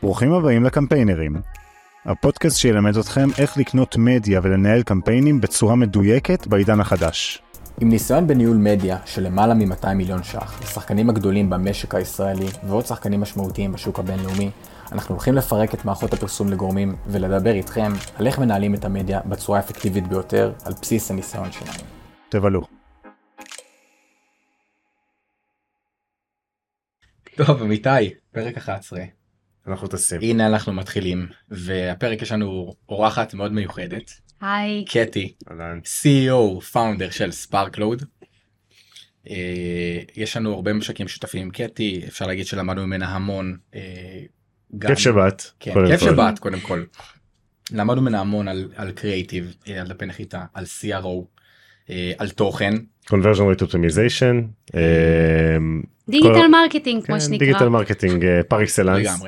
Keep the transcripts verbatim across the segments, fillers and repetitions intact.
ברוכים הבאים לקמפיינרים, הפודקאסט שילמד אתכם איך לקנות מדיה ולנהל קמפיינים בצורה מדויקת בעידן החדש. עם ניסיון בניהול מדיה של למעלה מ-מאתיים מיליון ש"ח, לשחקנים הגדולים במשק הישראלי ועוד שחקנים משמעותיים בשוק הבינלאומי, אנחנו הולכים לפרק את מערכות הפרסום לגורמים ולדבר איתכם על איך מנהלים את המדיה בצורה האפקטיבית ביותר על בסיס הניסיון שלנו. תבלו. טוב, אמיתי, פרק אחת עשרה. אנחנו טסים. הנה אנחנו מתחילים, והפרק יש לנו אורחת מאוד מיוחדת. היי. קטי, סי אי או, פאונדר של SparkLoad. יש לנו הרבה משקים שותפים עם קטי, אפשר להגיד שלמדנו ממנה המון. כיף שבאת. כן, כיף שבאת קודם כל. למדנו ממנה המון על קריאיטיב, על דפי נחיתה, על סי אר או, על תוכן. Conversion Rate Optimization. דיגיטל מרקטינג, כמו שנקרא. דיגיטל מרקטינג, פר אקסלנס. לגמרי.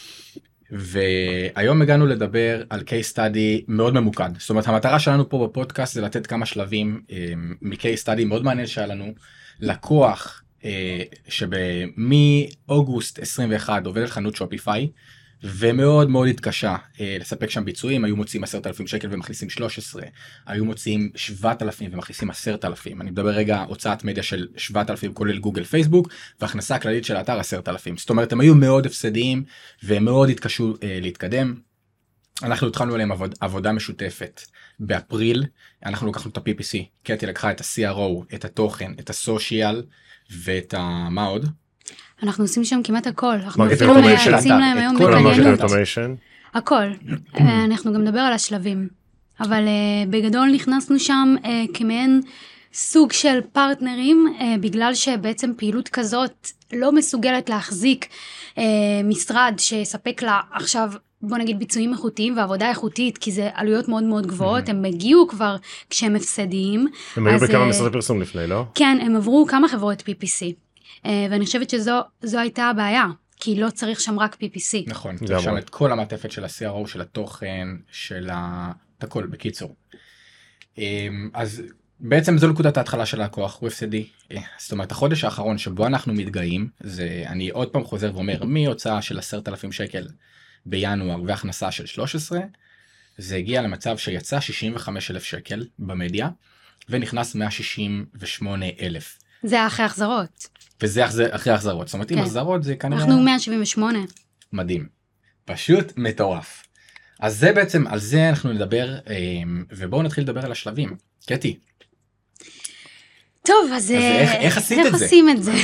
והיום הגענו לדבר על case study מאוד ממוקד. זאת אומרת, המטרה שלנו פה בפודקאסט זה לתת כמה שלבים מ-case study מאוד מעניין שהיה לנו. לקוח שמאוגוסט עשרים ואחת עובד על חנות שופיפיי, ומאוד מאוד התקשה לספק שם ביצועים. היו מוצאים עשרת אלפים שקל ומכניסים שלוש עשרה, היו מוצאים שבעת אלפים ומכניסים עשרת אלפים. אני מדבר רגע הוצאת מדיה של שבעת אלפים כולל גוגל פייסבוק, והכנסה כללית של האתר עשרת אלפים. זאת אומרת, הם היו מאוד הפסדיים ומאוד התקשו להתקדם. אנחנו התחלנו עליהם עבוד, עבודה משותפת באפריל. אנחנו לקחנו את ה-פי פי סי, קטי לקחה את ה-סי אר או, את התוכן, את הסושיאל ואת ה... מה עוד? אנחנו עושים שם כמעט הכל. אנחנו מרקטינג אפילו אוטומיישן. מייעצים להם היום כל המרקטינג בקניינות. אוטומיישן. הכל. אנחנו גם נדבר על השלבים. אבל uh, בגדול נכנסנו שם uh, כמעין סוג של פרטנרים, uh, בגלל שבעצם פעילות כזאת לא מסוגלת להחזיק uh, משרד שיספק לה עכשיו, בוא נגיד, ביצועים איכותיים ועבודה איכותית, כי זה עלויות מאוד מאוד גבוהות, הם הגיעו כבר כשהם הפסדיים. הם היו בכמה uh, משרדי פרסום לפני, לא? כן, הם עברו כמה חברות פי פי סי. ואני חושבת שזו הייתה הבעיה, כי לא צריך שם רק פי פי סי. נכון, צריך שם את כל המעטפת של ה-סי אר או, של התוכן, של הכל, בקיצור. אז בעצם זו נקודת ההתחלה של הלקוח, הוא הפסדי. זאת אומרת, החודש האחרון שבו אנחנו מתגאים, זה, אני עוד פעם חוזר ואומר, מהוצאה של עשרת אלפים שקל בינואר והכנסה של שלוש עשרה, זה הגיע למצב שיצא שישים וחמישה אלף שקל במדיה, ונכנס מאה שישים ושמונה אלף. זה אחרי החזרות. וזה אחרי החזרות, זאת אומרת, עם החזרות זה כנראה... אנחנו מאה שבעים ושמונה. מדהים. פשוט מטורף. אז זה בעצם, על זה אנחנו נדבר, ובואו נתחיל לדבר על השלבים. קטי. טוב, אז... איך, איך עשית איך את זה? איך עושים את זה?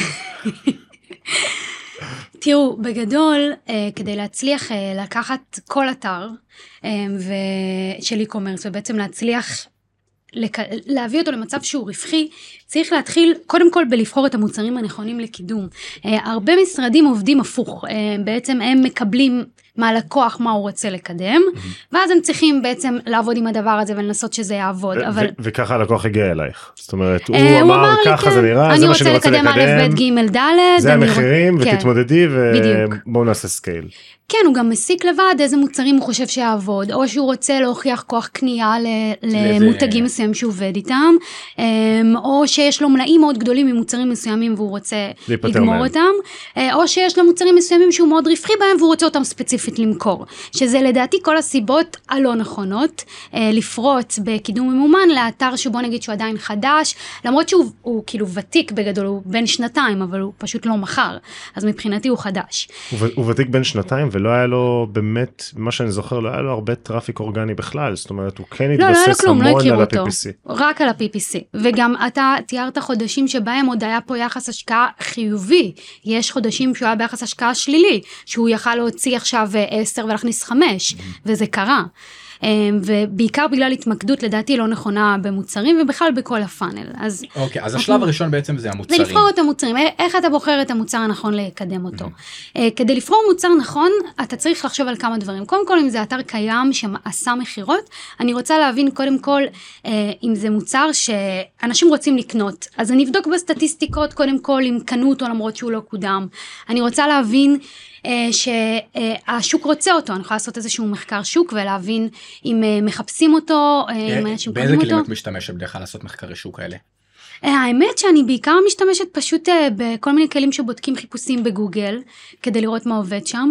תראו, בגדול, כדי להצליח לקחת כל אתר של e-commerce, ובעצם להצליח... להביא אותו למצב שהוא רווחי, צריך להתחיל קודם כל בלבחור את המוצרים הנכונים לקידום. הרבה משרדים עובדים הפוך, בעצם הם מקבלים מהלקוח מה הוא רוצה לקדם, ואז הם צריכים בעצם לעבוד עם הדבר הזה ולנסות שזה יעבוד. וככה הלקוח הגיע אלייך, זאת אומרת, הוא אמר ככה זה נראה, זה מה שאני רוצה לקדם, א' ב' ג' ד', זה המחירים ותתמודדי ובואו נעשה סקייל. כן, הוא גם מסיק לבד איזה מוצרים הוא חושב שיעבוד, או שהוא רוצה להוכיח כוח קנייה למותגים מסוים שהוא עובד איתם, או שיש לו מלאים מאוד גדולים ממוצרים מסוימים והוא רוצה לגמור אותם, או שיש לו מוצרים מסוימים שהוא מאוד רווחי בהם והוא רוצה אותם ספציפית למכור, שזה לדעתי כל הסיבות הלא נכונות, לפרוץ בקידום ממומן לאתר שבו נגיד שהוא עדיין חדש, למרות שהוא הוא כאילו ותיק בגדול, הוא בין שנתיים, אבל הוא פשוט לא מחר, אז מבחינתי הוא חדש. הוא ותיק בין שנתיים ולא היה לו באמת, מה שאני זוכר, לא היה לו הרבה טראפיק אורגני בכלל, זאת אומרת, הוא כן התבסס המון על ה-פי פי סי. רק על ה-פי פי סי, וגם אתה תיארת חודשים שבהם עוד היה פה יחס השקעה חיובי, יש חודשים שהוא היה ביחס השקעה שלילי, שהוא יכל להוציא עכשיו עשר ולהכניס חמש, וזה קרה. ובעיקר בגלל התמקדות לדעתי לא נכונה במוצרים ובכלל בכל הפאנל. אז אוקיי, אז השלב הראשון בעצם זה המוצרים. זה לבחור את המוצרים, איך אתה בוחר את המוצר הנכון לקדם אותו. כדי לבחור מוצר נכון, אתה צריך לחשוב על כמה דברים. קודם כל, אם זה אתר קיים שעשה מחירות, אני רוצה להבין קודם כל אם זה מוצר שאנשים רוצים לקנות. אז אני אבדוק בסטטיסטיקות קודם כל אם קנו אותו למרות שהוא לא קודם. אני רוצה להבין שהשוק רוצה אותו, אני יכולה לעשות איזשהו מחקר שוק ולהבין אם מחפשים אותו, אם אנשים קונים אותו. באיזה כלים את משתמשת בדרך כלל לעשות מחקרי שוק האלה? האמת שאני בעיקר משתמשת פשוט בכל מיני כלים שבודקים חיפושים בגוגל, כדי לראות מה עובד שם,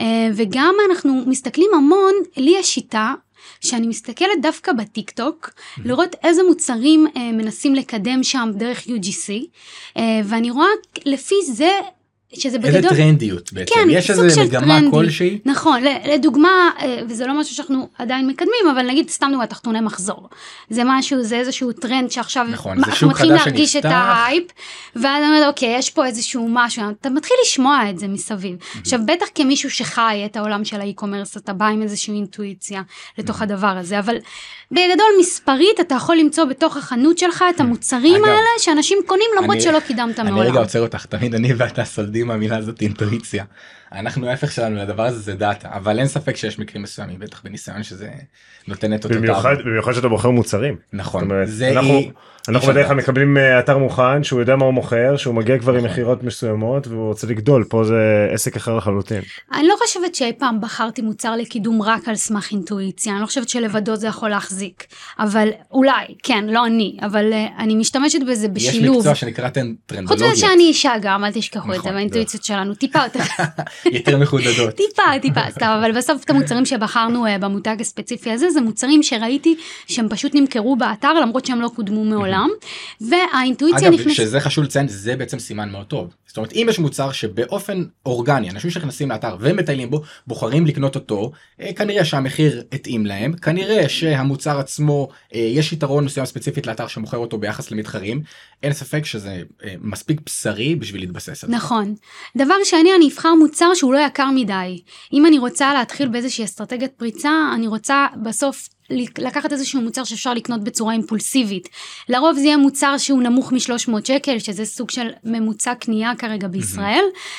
וגם אנחנו מסתכלים המון, לי יש שיטה, שאני מסתכלת דווקא בטיק טוק, לראות איזה מוצרים מנסים לקדם שם דרך יו ג'י סי, ואני רואה לפי זה, שזה בגדול... איזה טרנדיות בעצם, כן, יש איזה מגמה כלשהי? נכון, לדוגמה, וזה לא משהו שאנחנו עדיין מקדמים, אבל נגיד סתם דוגמה תחתוני מחזור, זה משהו, זה איזשהו טרנד שעכשיו, נכון, זה שוק חדש שנפתח, להרגיש את ההייפ, ואז אני אומרת, אוקיי, יש פה איזשהו משהו, אתה מתחיל לשמוע את זה מסביב, עכשיו בטח כמישהו שחי את העולם של האי-קומרס, אתה בא עם איזושהי אינטואיציה לתוך הדבר הזה, אבל בגדול מספרית, אתה יכול למצוא בתוך החנות שלך את המוצרים האלה, שאנשים קונים למרות שלא קידמת מעולם. אני רגע עוצר אותך, תמיד אני ואתה סולדים מהמילה הזאת אינטואיציה. אנחנו ההפך שלנו לדבר הזה זה דאטה, אבל אין ספק שיש מקרים מסוימים, בטח בניסיון שזה נותן את אותותיו. במיוחד, במיוחד שאתה בוחר מוצרים. נכון. זאת אומרת, אנחנו, אנחנו בדרך כלל מקבלים אתר מוכן, שהוא יודע מה הוא מוכר, שהוא מגיע כבר עם מחירות מסוימות, והוא רוצה לגדול, פה זה עסק אחר לחלוטין. אני לא חושבת שאי פעם בחרתי מוצר לקידום רק על סמך אינטואיציה, אני לא חושבת שלבדו זה יכול להחזיק, אבל אולי, כן, לא אני, אבל אני משתמשת בזה בשילוב. יש מקצוע שנקרא טרנדולוגיה. חוץ מזה שאני אישה גם, אל תשכחו את זה, והאינטואיציות שלנו טיפה יותר. יותר מחודדות. טיפה, טיפה, סתם, אבל בסוף את המוצרים שבחרנו במותג הספציפי הזה, זה מוצרים שראיתי שהם פשוט נמכרו באתר, למרות שהם לא קודמו מעולם, והאינטואיציה נכנסת... אגב, שזה חשוב לציין, זה בעצם סימן מאוד טוב. זאת אומרת, אם יש מוצר שבאופן אורגני, אנשים שנכנסים לאתר ומטיילים בו, בוחרים לקנות אותו, כנראה שהמחיר התאים להם, כנראה שהמוצר עצמו, יש יתרון מסוים ספציפית לאתר שמוכר אותו ביחס למתחרים, אין ספק שזה מספיק בשרי בשביל להתבסס על זה. נכון. דבר שני, אני אבחר מוצר שהוא לא יקר מדי. אם אני רוצה להתחיל באיזושהי אסטרטגיית פריצה, אני רוצה בסוף לקחת איזשהו מוצר שאפשר לקנות בצורה אימפולסיבית. לרוב זה יהיה מוצר שהוא נמוך מ-שלוש מאות שקל, שזה סוג של ממוצע קנייה כרגע בישראל,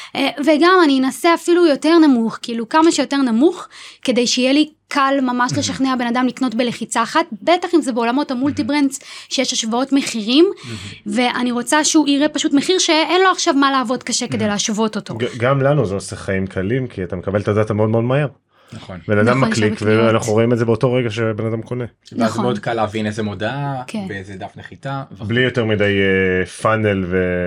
וגם אני אנסה אפילו יותר נמוך, כאילו כמה שיותר נמוך, כדי שיהיה לי קל ממש לשכנע בן אדם לקנות בלחיצה אחת, בטח אם זה בעולמות המולטי ברנדס, שיש השוואות מחירים, ואני רוצה שהוא יראה פשוט מחיר שאין לו עכשיו מה לעבוד קשה כדי להשוות אותו. גם לנו זה עושה חיים קלים, כי אתה מקבל את הדאטה מאוד מאוד מהר. נכון. בן אדם מקליק, ואנחנו רואים את זה באותו רגע שבן אדם קונה. ואז מאוד קל להבין איזה מודעה, באיזה דף נחיתה. בלי יותר מדי פאנל,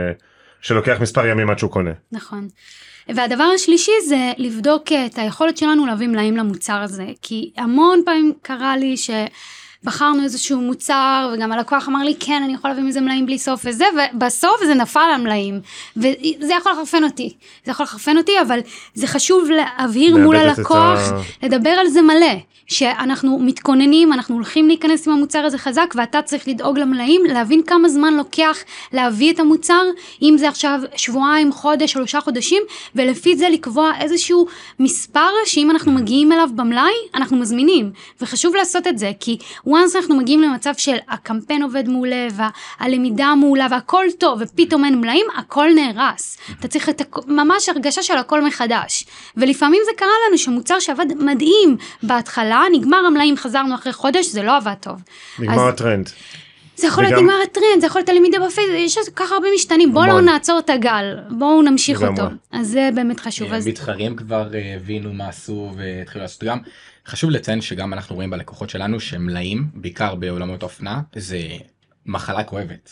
שלוקח מספר ימים עד שהוא קונה. נכון. והדבר השלישי זה לבדוק את היכולת שלנו להביא מלאים למוצר הזה, כי המון פעמים קרה לי שבחרנו איזשהו מוצר, וגם הלקוח אמר לי, כן, אני יכול להביא מזה מלאים בלי סוף וזה, ובסוף זה נפל על מלאים, וזה יכול לחרפן אותי, זה יכול לחרפן אותי, אבל זה חשוב להבהיר מול הלקוח, לדבר על זה מלא, שאנחנו מתכוננים, אנחנו הולכים להיכנס עם המוצר הזה חזק, ואתה צריך לדאוג למלאים, להבין כמה זמן לוקח להביא את המוצר, אם זה עכשיו שבועיים, חודש, שלושה חודשים, ולפי זה לקבוע איזשהו מספר, שאם אנחנו מגיעים אליו במלאי, אנחנו מזמינים, וחשוב לעשות את זה, כי once אנחנו מגיעים למצב של הקמפיין עובד מעולה, והלמידה מעולה, והכל טוב, ופתאום אין מלאים, הכל נהרס. אתה צריך את ממש הרגשה של הכל מחדש. ולפעמים זה קרה לנו שמוצר שעבד מדהים בהתחלה, נגמר המלאים, חזרנו אחרי חודש, זה לא עבד טוב. נגמר הטרנד. זה יכול להיות נגמר הטרנד, זה יכול להיות הלמידה בפייס, יש ככה הרבה משתנים, בואו לא נעצור את הגל, בואו נמשיך אותו. אז זה באמת חשוב. מתחרים כבר הבינו מה עשו והתחילו לעשות גם. חשוב לציין שגם אנחנו רואים בלקוחות שלנו שמלאים, בעיקר בעולמות אופנה, זה מחלה כואבת.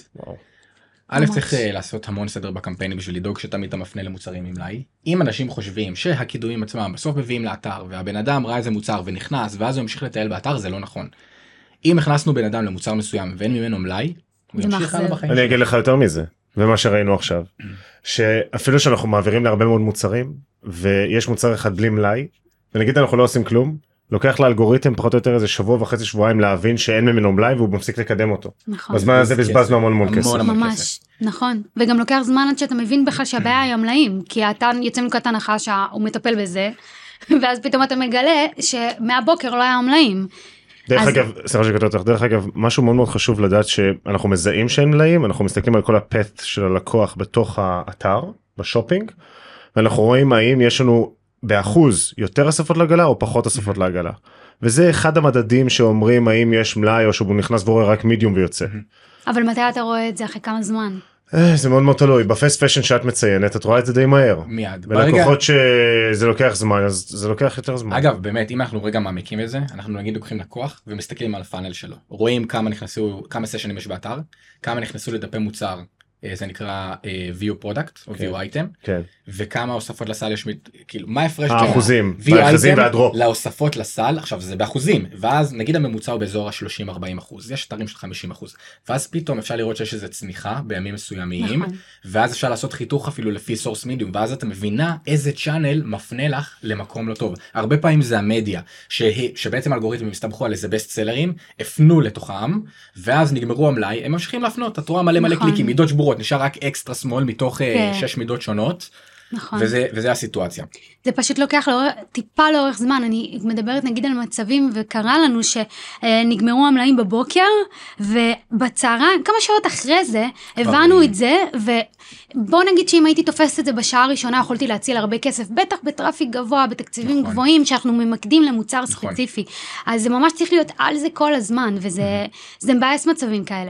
א', צריך לעשות המון סדר בקמפיינים בשביל לדאוג שתמיד אתה מפנה למוצרים עם מלאי. אם אנשים חושבים שהקידומים עצמם בסוף מביאים לאתר, והבן אדם ראה איזה מוצר ונכנס, ואז הוא ימשיך לטייל באתר, זה לא נכון. אם הכנסנו בן אדם למוצר מסוים ואין ממנו מלאי, הוא ימשיך הלאה בחיים. אני אגיד לך יותר מזה, ומה שראינו עכשיו, שאפילו שאנחנו מעבירים להרבה מאוד מוצרים, ויש מוצר אחד בלי מלאי, ונגיד אנחנו לא עושים כלום, לוקח לאלגוריתם פחות או יותר איזה שבוע וחצי שבועיים להבין שאין ממנו מלאי והוא מפסיק לקדם אותו. נכון. בזמן הזה בזבזנו המון המון כסף. ממש, נכון. וגם לוקח זמן עד שאתה מבין בכלל שהבעיה היא המלאים, כי אתה יוצא מנקודת הנחה שהוא מטפל בזה, ואז פתאום אתה מגלה שמהבוקר לא היה מלאים. דרך אגב, סליחה שקטעתי אותך, דרך אגב, משהו מאוד מאוד חשוב לדעת שאנחנו מזהים שאין מלאים, אנחנו מסתכלים על כל הפת של הלקוח בתוך האתר, בשופינג, ואנחנו רואים האם יש לנו באחוז יותר אספות לעגלה או פחות אספות לעגלה. וזה אחד המדדים שאומרים האם יש מלאי או שהוא נכנס ורואה רק מידיום ויוצא. אבל מתי אתה רואה את זה? אחרי כמה זמן? זה מאוד מאוד תלוי, בפסט פשן שאת מציינת, את רואה את זה די מהר. מיד. בלקוחות שזה לוקח זמן, אז זה לוקח יותר זמן. אגב, באמת, אם אנחנו רגע מעמיקים את זה, אנחנו נגיד לוקחים לקוח ומסתכלים על הפאנל שלו. רואים כמה נכנסו, כמה סשנים יש באתר, כמה נכנסו לדפי מוצר, זה נקרא view product או view item, וכמה הוספות לסל יש, כאילו מה הפרש האחוזים, באחוזים והדרופ. להוספות לסל, עכשיו זה באחוזים, ואז נגיד הממוצע הוא באזור ה-שלושים ארבעים אחוז, יש אתרים של חמישים אחוז, ואז פתאום אפשר לראות שיש איזה צמיחה בימים מסוימים, ואז אפשר לעשות חיתוך אפילו לפי source medium, ואז אתה מבינה איזה צ'אנל מפנה לך למקום לא טוב. הרבה פעמים זה המדיה, שבעצם האלגוריתמים הסתמכו על איזה בסט סלרים, הפנו לתוכם, ואז נגמרו המלאי, הם ממשיכים להפנות, את רואה מלא מלא קליקים, מידות שבורות, נשאר רק אקסטרה שמאל מתוך שש מידות שונות, נכון. וזה, וזה הסיטואציה. זה פשוט לוקח לאור, טיפה לאורך זמן, אני מדברת נגיד על מצבים, וקרה לנו שנגמרו המלאים בבוקר, ובצהריים, כמה שעות אחרי זה, הבנו את זה, ובוא נגיד שאם הייתי תופסת את זה בשעה הראשונה, יכולתי להציל הרבה כסף, בטח בטראפיק גבוה, בתקציבים נכון. גבוהים, שאנחנו ממקדים למוצר נכון. ספציפי, אז זה ממש צריך להיות על זה כל הזמן, וזה זה מבאס מצבים כאלה.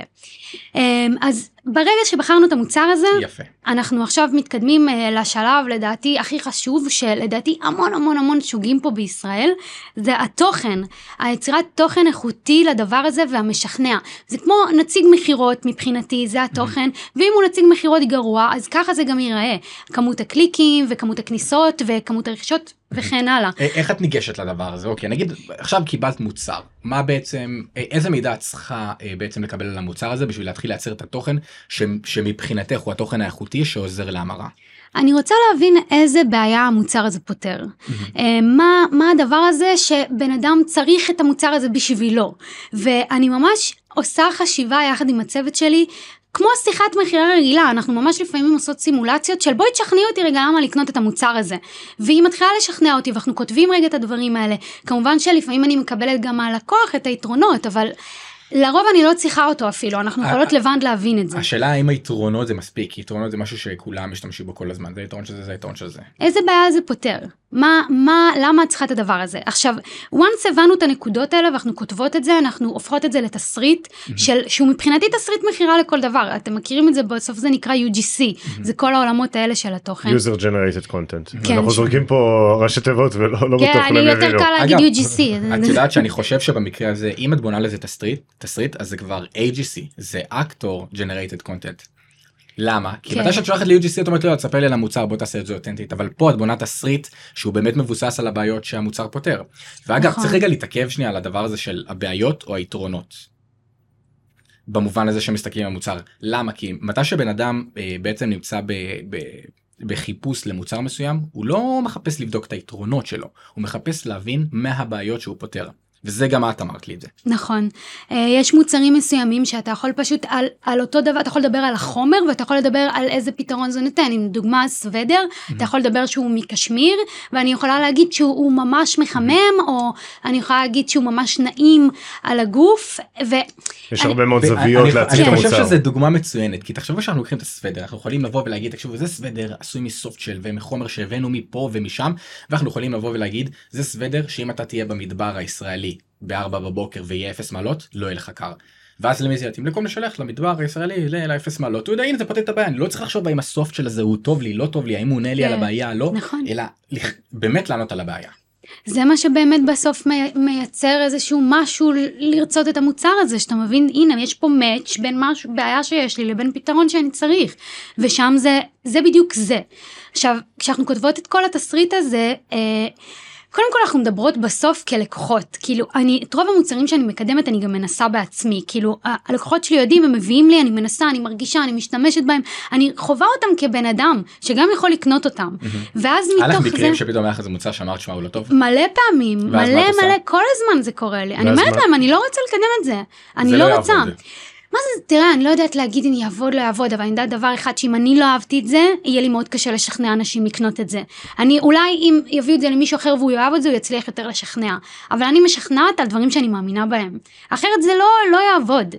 אז ברגע שבחרנו את המוצר הזה, יפה. אנחנו עכשיו מתקדמים לשלב, לדעתי, הכי חשוב, שלדעתי המון המון המון שוגים פה בישראל, זה התוכן, היצירת תוכן איכותי לדבר הזה והמשכנע. זה כמו נציג מחירות מבחינתי, זה התוכן, ואם הוא נציג מחירות גרוע, אז ככה זה גם ייראה. כמות הקליקים וכמות הכניסות וכמות הרכישות וכן הלאה. איך את ניגשת לדבר הזה? אוקיי, נגיד, עכשיו קיבלת מוצר, מה בעצם, איזה מידע את צריכה בעצם לקבל על המוצר הזה, בשביל להתחיל לייצר את התוכן, שמבחינתך הוא התוכן האיכותי שעוזר להמרה? אני רוצה להבין איזה בעיה המוצר הזה פותר. מה, מה הדבר הזה שבן אדם צריך את המוצר הזה בשבילו? ואני ממש עושה חשיבה יחד עם הצוות שלי, כמו שיחת מחירה רגילה, אנחנו ממש לפעמים עושות סימולציות של בואי תשכנעי אותי רגע למה לקנות את המוצר הזה. והיא מתחילה לשכנע אותי, ואנחנו כותבים רגע את הדברים האלה. כמובן שלפעמים אני מקבלת גם מהלקוח את היתרונות, אבל לרוב אני לא צריכה אותו אפילו, אנחנו יכולות לבד להבין את זה. השאלה האם היתרונות זה מספיק, יתרונות זה משהו שכולם משתמשים בו כל הזמן, זה יתרון שזה, זה יתרון שזה. איזה בעיה זה פותר? מה, מה, למה את צריכה את הדבר הזה? עכשיו, once הבנו את הנקודות האלה, ואנחנו כותבות את זה, אנחנו הופכות את זה לתסריט, של, שהוא מבחינתי תסריט מחירה לכל דבר, אתם מכירים את זה, בסוף זה נקרא יו ג'י סי, זה כל העולמות האלה של התוכן. user generated content. אנחנו זורקים פה ראשי תיבות ולא בטוח כן, אני יותר קל להגיד יו ג'י סי. את יודעת שאני חושב שבמקרה הזה, אם את בונה לזה תסריט, תסריט, אז זה כבר איי ג'י סי, זה actor generated content. למה? כי מתי שאת שולחת ל-יו ג'י סי, את אומרת, לא, תספר לי על המוצר, בוא תעשה את זה אותנטית, אבל פה את בונה תסריט שהוא באמת מבוסס על הבעיות שהמוצר פותר. ואגב, צריך רגע להתעכב שנייה על הדבר הזה של הבעיות או היתרונות. במובן הזה שמסתכלים על המוצר. למה? כי מתי שבן אדם בעצם נמצא ב... ב בחיפוש למוצר מסוים, הוא לא מחפש לבדוק את היתרונות שלו, הוא מחפש להבין מה הבעיות שהוא פותר. וזה גם את אמרת לי את זה. נכון. יש מוצרים מסוימים שאתה יכול פשוט על, על אותו דבר, אתה יכול לדבר על החומר, ואתה יכול לדבר על איזה פתרון זה נותן. אם דוגמה סוודר, mm-hmm. אתה יכול לדבר שהוא מקשמיר, ואני יכולה להגיד שהוא ממש מחמם, mm-hmm. או אני יכולה להגיד שהוא ממש נעים על הגוף, ו... יש אני... הרבה מאוד זוויות להציג את המוצר. אני חושב שזו דוגמה מצוינת, כי תחשבו שאנחנו לוקחים את הסוודר, אנחנו יכולים לבוא ולהגיד, תקשבו, זה סוודר עשוי מסופט של ומחומר שהבאנו מפה ומשם, ואנחנו יכולים לבוא ולהגיד, זה סוודר שאם אתה תהיה במדבר הישראלי בארבע בבוקר ויהיה אפס מעלות, לא יהיה לך קר. ואז למי זה יתאים? לכל משלח למדבר הישראלי, לאפס מעלות. הוא יודע, הנה זה פותר את הבעיה, אני לא צריך לחשוב האם הסופט של הזה הוא טוב לי, לא טוב לי, האם הוא עונה לי על הבעיה, לא, אלא באמת לענות על הבעיה. זה מה שבאמת בסוף מייצר איזשהו משהו לרצות את המוצר הזה, שאתה מבין, הנה, יש פה מאץ' בין משהו, בעיה שיש לי לבין פתרון שאני צריך, ושם זה, זה בדיוק זה. עכשיו, כשאנחנו כותבות את כל התסריט הזה, אה, קודם כל אנחנו מדברות בסוף כלקוחות, כאילו אני, את רוב המוצרים שאני מקדמת אני גם מנסה בעצמי, כאילו הלקוחות שלי יודעים, הם מביאים לי, אני מנסה, אני מרגישה, אני משתמשת בהם, אני חובה אותם כבן אדם, שגם יכול לקנות אותם, ואז מתוך זה... הלך מקרים שפתאום היה איזה מוצר שאמרת שמה הוא לא טוב? מלא פעמים, מלא מלא, כל הזמן זה קורה לי, אני אומרת להם, אני לא רוצה לקדם את זה, אני לא רוצה. מה זה, תראה, אני לא יודעת להגיד אם יעבוד לא יעבוד, אבל אני יודעת דבר אחד, שאם אני לא אהבתי את זה, יהיה לי מאוד קשה לשכנע אנשים לקנות את זה. אני, אולי אם יביאו את זה למישהו אחר והוא יאהב את זה, הוא יצליח יותר לשכנע. אבל אני משכנעת על דברים שאני מאמינה בהם. אחרת זה לא, לא יעבוד.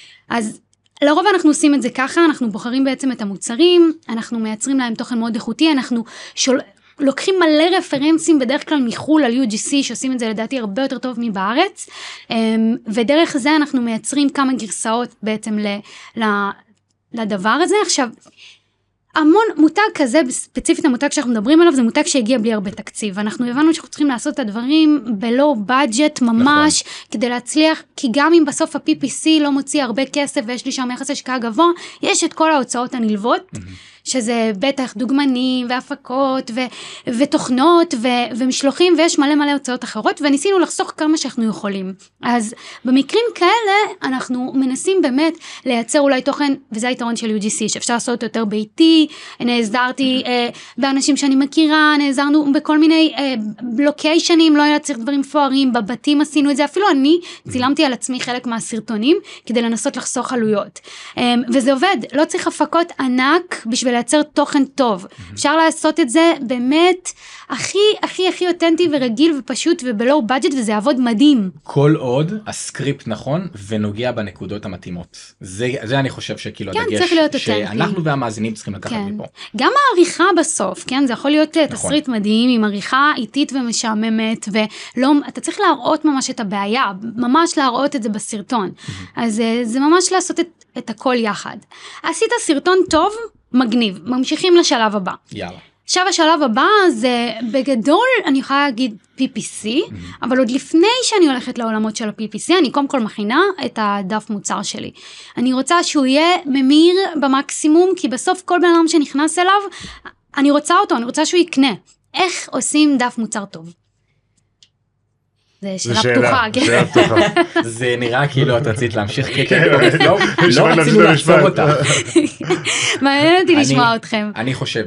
אז לרוב אנחנו עושים את זה ככה, אנחנו בוחרים בעצם את המוצרים, אנחנו מייצרים להם תוכן מאוד איכותי, אנחנו שול... לוקחים מלא רפרנסים בדרך כלל מחול על יו ג'י סי, שעושים את זה לדעתי הרבה יותר טוב מבארץ, ודרך זה אנחנו מייצרים כמה גרסאות בעצם לדבר הזה. עכשיו, המון מותג כזה, ספציפית המותג שאנחנו מדברים עליו, זה מותג שהגיע בלי הרבה תקציב. אנחנו הבנו שאנחנו צריכים לעשות את הדברים בלא בדג'ט ממש, נכון. כדי להצליח, כי גם אם בסוף ה-פי פי סי לא מוציא הרבה כסף, ויש לי שם יחס השקעה גבוה, יש את כל ההוצאות הנלוות, mm-hmm. שזה בטח דוגמנים והפקות ו- ותוכנות ו- ומשלוחים, ויש מלא מלא הוצאות אחרות, וניסינו לחסוך כמה שאנחנו יכולים. אז במקרים כאלה אנחנו מנסים באמת לייצר אולי תוכן, וזה היתרון של יו ג'י סי, שאפשר לעשות יותר ביתי, נעזרתי אה, באנשים שאני מכירה, נעזרנו בכל מיני אה, לוקיישנים, לא היה צריך דברים פוארים, בבתים עשינו את זה, אפילו אני צילמתי על עצמי חלק מהסרטונים, כדי לנסות לחסוך עלויות. אה, וזה עובד, לא צריך הפקות ענק בשביל לייצר תוכן טוב. אפשר לעשות את זה באמת הכי, הכי, הכי אותנטי ורגיל ופשוט ובלואו בדג'ט, וזה יעבוד מדהים. כל עוד הסקריפט נכון ונוגע בנקודות המתאימות. זה, זה אני חושב שכאילו כן, הדגש שאנחנו והמאזינים צריכים לקחת כן. מפה. גם העריכה בסוף, כן? זה יכול להיות נכון. תסריט מדהים עם עריכה איטית ומשעממת, ולא, אתה צריך להראות ממש את הבעיה, ממש להראות את זה בסרטון. אז זה ממש לעשות את, את הכל יחד. עשית סרטון טוב, מגניב, ממשיכים לשלב הבא. יאללה. עכשיו השלב הבא זה בגדול, אני יכולה להגיד פי פי סי, mm-hmm. אבל עוד לפני שאני הולכת לעולמות של ה-פי פי סי, אני קודם כל מכינה את הדף מוצר שלי. אני רוצה שהוא יהיה ממיר במקסימום, כי בסוף כל בן אדם שנכנס אליו, אני רוצה אותו, אני רוצה שהוא יקנה. איך עושים דף מוצר טוב? זה שאלה פתוחה, כן. זה נראה כאילו את רצית להמשיך, לא רצינו לעצור אותה. מעניין אותי לשמוע אתכם. אני חושב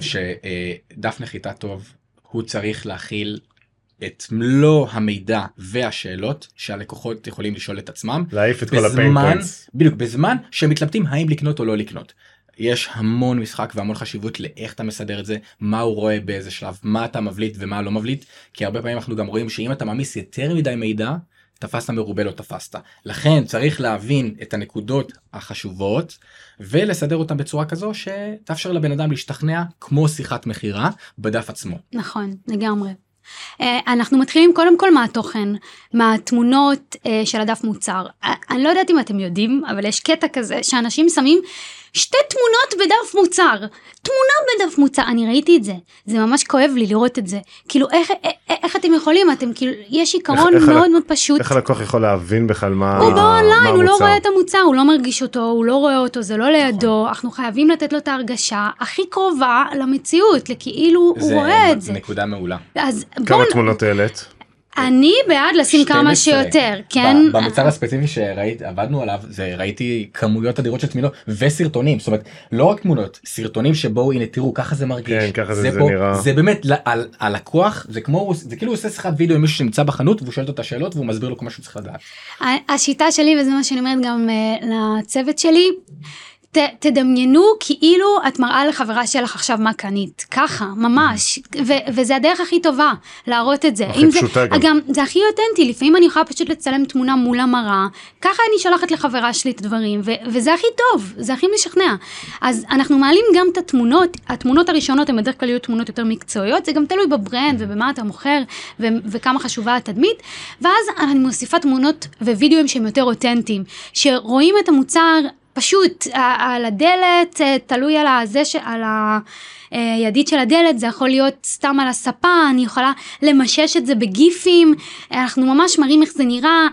שדף נחיתה טוב, הוא צריך להכיל את מלוא המידע והשאלות שהלקוחות יכולים לשאול את עצמם. להעיף את כל הפיין פוינטס. בדיוק, בזמן שהם מתלבטים האם לקנות או לא לקנות. יש המון משחק והמון חשיבות לאיך אתה מסדר את זה, מה הוא רואה באיזה שלב, מה אתה מבליט ומה לא מבליט, כי הרבה פעמים אנחנו גם רואים שאם אתה מעמיס יותר מדי מידע, תפסת מרובה לא תפסת. לכן צריך להבין את הנקודות החשובות, ולסדר אותם בצורה כזו שתאפשר לבן אדם להשתכנע כמו שיחת מחירה בדף עצמו. נכון, לגמרי. אנחנו מתחילים קודם כל מהתוכן, מהתמונות של הדף מוצר. אני לא יודעת אם אתם יודעים, אבל יש קטע כזה שאנשים שמים שתי תמונות בדף מוצר. תמונה בדף מוצר, אני ראיתי את זה. זה ממש כואב לי לראות את זה. כאילו, איך, איך אתם יכולים? אתם כאילו, יש עיקרון איך, מאוד איך מאוד פשוט. איך הלקוח יכול להבין בכלל מה הוא באונליין, הוא לא רואה את המוצר, הוא לא מרגיש אותו, הוא לא רואה אותו, זה לא לידו. אנחנו חייבים לתת לו את ההרגשה הכי קרובה למציאות, לכאילו הוא רואה את זה. זה נקודה מעולה. אז כמה בוא... תמונות העלית? אני בעד לשים כמה שיותר, כן? במוצר הספציפי שראיתי, עבדנו עליו, זה ראיתי כמויות אדירות של תמונות וסרטונים, זאת אומרת, לא רק תמונות, סרטונים שבו, הנה תראו, ככה זה מרגיש. כן, ככה זה, זה פה, נראה. זה באמת, על, הלקוח, זה כמו, זה כאילו הוא עושה שיחת וידאו עם מישהו שנמצא בחנות, והוא שואל אותו את השאלות, והוא מסביר לו כל מה שהוא צריך לדעת. השיטה שלי, וזה מה שאני אומרת גם uh, לצוות שלי, ת, תדמיינו כאילו את מראה לחברה שלך עכשיו מה קנית, ככה, ממש, ו, וזה הדרך הכי טובה להראות את זה. הכי פשוטה זה, גם. גם. זה הכי אותנטי, לפעמים אני יכולה פשוט לצלם תמונה מול המראה, ככה אני שולחת לחברה שלי את הדברים, ו, וזה הכי טוב, זה הכי משכנע. אז אנחנו מעלים גם את התמונות, התמונות הראשונות הן בדרך כלל יהיו תמונות יותר מקצועיות, זה גם תלוי בברנד ובמה אתה מוכר, ו, וכמה חשובה התדמית, ואז אני מוסיפה תמונות ווידאוים שהם יותר אותנטיים, שרואים את המוצר, פשוט על הדלת, תלוי על הזה, על הידית של הדלת, זה יכול להיות סתם על הספה, אני יכולה למשש את זה בגיפים, אנחנו ממש מראים איך זה נראה,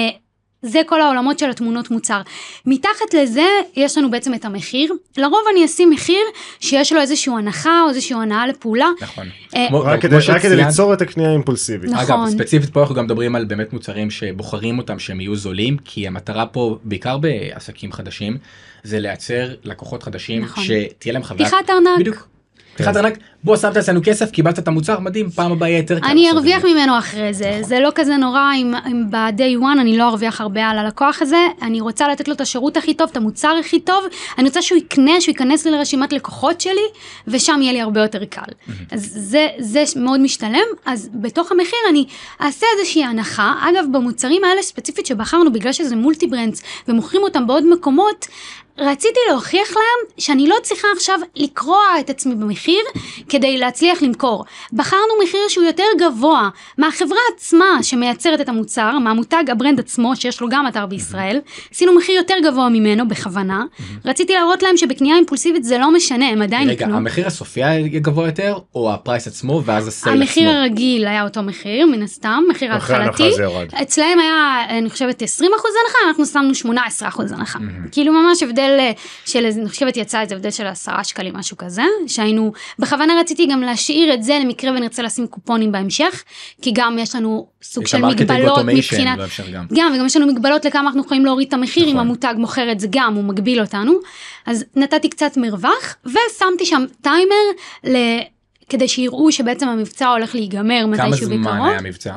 זה כל העולמות של התמונות מוצר. מתחת לזה יש לנו בעצם את המחיר, לרוב אני אשים מחיר שיש לו איזושהי הנחה או איזושהי הנאה לפעולה. נכון. רק כדי ליצור את הקנייה האימפולסיבית. אגב, ספציפית פה אנחנו גם מדברים על באמת מוצרים שבוחרים אותם שהם יהיו זולים, כי המטרה פה, בעיקר בעסקים חדשים, זה לייצר לקוחות חדשים שתהיה להם חוויה. פתיחת ארנק. בדיוק. פתיחת ארנק, בוא שמת אצלנו כסף, קיבלת את המוצר, מדהים, פעם הבאה יותר קל. אני ארוויח ממנו אחרי זה, זה לא כזה נורא, אם ב-day one אני לא ארוויח הרבה על הלקוח הזה, אני רוצה לתת לו את השירות הכי טוב, את המוצר הכי טוב, אני רוצה שהוא יקנה, שהוא ייכנס לי לרשימת לקוחות שלי, ושם יהיה לי הרבה יותר קל. אז זה, זה מאוד משתלם, אז בתוך המחיר אני אעשה איזושהי הנחה, אגב, במוצרים האלה ספציפית שבחרנו, בגלל שזה מולטי ברנדס, ומוכרים אותם בעוד מקומות, רציתי להוכיח להם שאני לא צריכה עכשיו לקרוע את עצמי במחיר כדי להצליח למכור. בחרנו מחיר שהוא יותר גבוה מהחברה עצמה שמייצרת את המוצר, מהמותג הברנד עצמו שיש לו גם אתר בישראל, עשינו מחיר יותר גבוה ממנו בכוונה, רציתי להראות להם שבקנייה אימפולסיבית זה לא משנה, הם עדיין יקנו. רגע, המחיר הסופי היה גבוה יותר או הפרייס עצמו ואז הסייל עצמו? המחיר הרגיל היה אותו מחיר, מן הסתם, מחיר ההתחלתי. אצלהם היה, אני חושבת, עשרים אחוז הנחה, אנחנו שמנו שמונה עשרה אחוז הנחה. כאילו ממש הבדל של, אני חושבת יצא את זה, הבדל של עשרה שקלים, משהו כזה, שהיינו, בכוונה רציתי גם להשאיר את זה למקרה ונרצה לשים קופונים בהמשך, כי גם יש לנו סוג של מגבלות מבחינת, גם, וגם יש לנו מגבלות לכמה אנחנו יכולים להוריד את המחיר, אם המותג מוכר את זה גם, הוא מגביל אותנו, אז נתתי קצת מרווח, ושמתי שם טיימר, ל... כדי שיראו שבעצם המבצע הולך להיגמר מתישהו בקרוב. כמה זמן היה מבצע?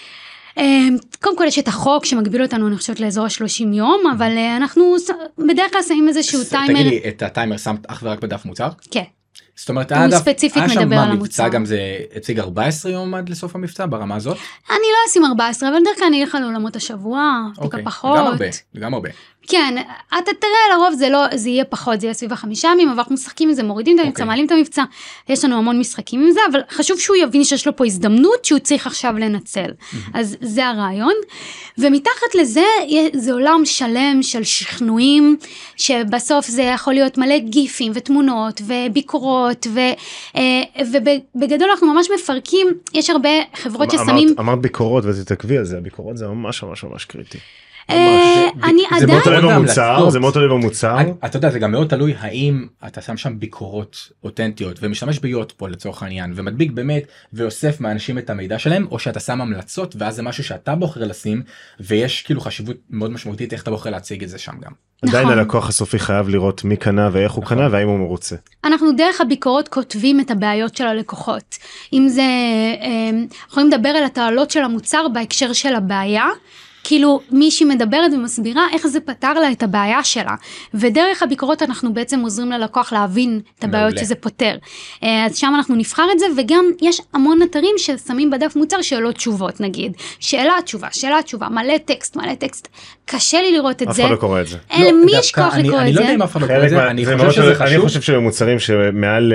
קודם כל יש את החוק שמגביל אותנו, אני חושבת, לאזור ה-שלושים יום, אבל אנחנו בדרך כלל שמים איזשהו טיימר. תגידי, את הטיימר שמת אך ורק בדף מוצר? כן. זאת אומרת, הוא ספציפית מדבר על המוצר. גם זה הציג ארבע עשרה יום עד לסוף המבצע ברמה הזאת? אני לא אשים ארבע עשרה, אבל דרך כלל אני אלך על עולמות השבוע, טיפה פחות. גם הרבה, גם הרבה. כן, אתה תראה, לרוב זה לא, זה יהיה פחות, זה יהיה סביב החמישה ימים, אבל אנחנו משחקים עם זה, מורידים את המבצע, מעלים את המבצע, יש לנו המון משחקים עם זה, אבל חשוב שהוא יבין שיש לו פה הזדמנות, שהוא צריך עכשיו לנצל. אז זה הרעיון, ומתחת לזה, זה עולם שלם של שכנועים, שבסוף זה יכול להיות מלא גיפים ותמונות וביקורות, ובגדול אנחנו ממש מפרקים, יש הרבה חברות ששמים... אמרת ביקורות ותתעכבי על זה, הביקורות זה ממש ממש ממש קריטי. אני עדיין... זה מאוד תלוי במוצר, זה מאוד תלוי במוצר. אתה יודע, זה גם מאוד תלוי האם אתה שם שם ביקורות אותנטיות ומשתמש ביות פה לצורך העניין ומדביק באמת ואוסף מאנשים את המידע שלהם, או שאתה שם המלצות ואז זה משהו שאתה בוחר לשים ויש כאילו חשיבות מאוד משמעותית איך אתה בוחר להציג את זה שם גם. עדיין הלקוח הסופי חייב לראות מי קנה ואיך הוא קנה והאם הוא מרוצה. אנחנו דרך הביקורות כותבים את הבעיות של הלקוחות. אם זה, יכולים לדבר על התועלות של המוצר בהקשר של הבעיה, כאילו מישהי מדברת ומסבירה איך זה פתר לה את הבעיה שלה, ודרך הביקורות אנחנו בעצם עוזרים ללקוח להבין את הבעיות מעולה. שזה פותר. אז שם אנחנו נבחר את זה, וגם יש המון אתרים ששמים בדף מוצר שאלות תשובות, נגיד. שאלה תשובה, שאלה תשובה, מלא טקסט, מלא טקסט. קשה לי לראות את אף זה. אחד לא קורא את זה. אין למי יש כוח לקרוא את זה. אני לא יודע אם אף אחד לא קורא את זה, אני חושב שזה חשוב. אני חושב שבמוצרים שמעל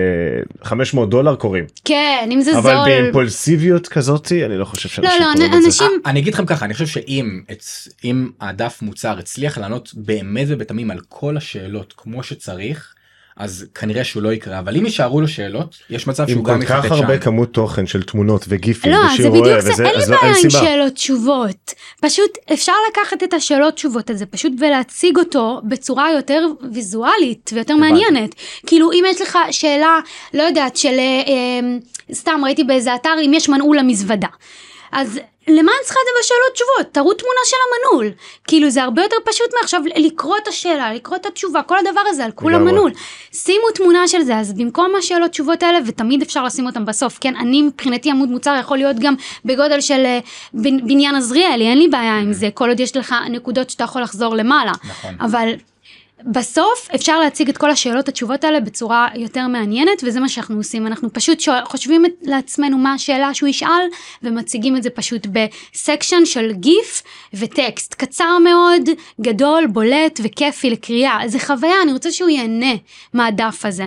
חמש מאות דולר קוראים. כן, אם זה זול. אבל באימפולסיביות כזאת, אני לא חושב שאנשים לא, קוראים את זה. אני אגיד לכם ככה, אני חושב שאם אם הדף מוצר הצליח לענות באמת ובתמים על כל השאלות כמו שצריך, אז כנראה שהוא לא יקרה, אבל אם יישארו לו שאלות, יש מצב שהוא גם יחטט שם. עם כל כך הרבה כמות תוכן של תמונות וגיפים, לא, זה בדיוק זה, אין לי בעיה עם שאלות תשובות. פשוט אפשר לקחת את השאלות תשובות הזה, פשוט ולהציג אותו בצורה יותר ויזואלית ויותר מעניינת. כאילו אם יש לך שאלה, לא יודעת, של סתם ראיתי באיזה אתר, אם יש מנעול למזוודה. אז למה אני צריכה את זה בשאלות תשובות? תראו תמונה של המנעול. כאילו זה הרבה יותר פשוט מעכשיו לקרוא את השאלה, לקרוא את התשובה, כל הדבר הזה על כול המנעול. שימו תמונה של זה, אז במקום השאלות תשובות האלה, ותמיד אפשר לשים אותם בסוף, כן? אני מבחינתי עמוד מוצר יכול להיות גם בגודל של בניין עזריאלי, אין לי בעיה עם זה, כל עוד יש לך נקודות שאתה יכול לחזור למעלה. נכון. אבל בסוף אפשר להציג את כל השאלות התשובות האלה בצורה יותר מעניינת, וזה מה שאנחנו עושים, אנחנו פשוט חושבים לעצמנו מה השאלה שהוא ישאל, ומציגים את זה פשוט בסקשן של גיף וטקסט, קצר מאוד, גדול, בולט וכיפי לקריאה, זה חוויה, אני רוצה שהוא ייהנה מהדף הזה,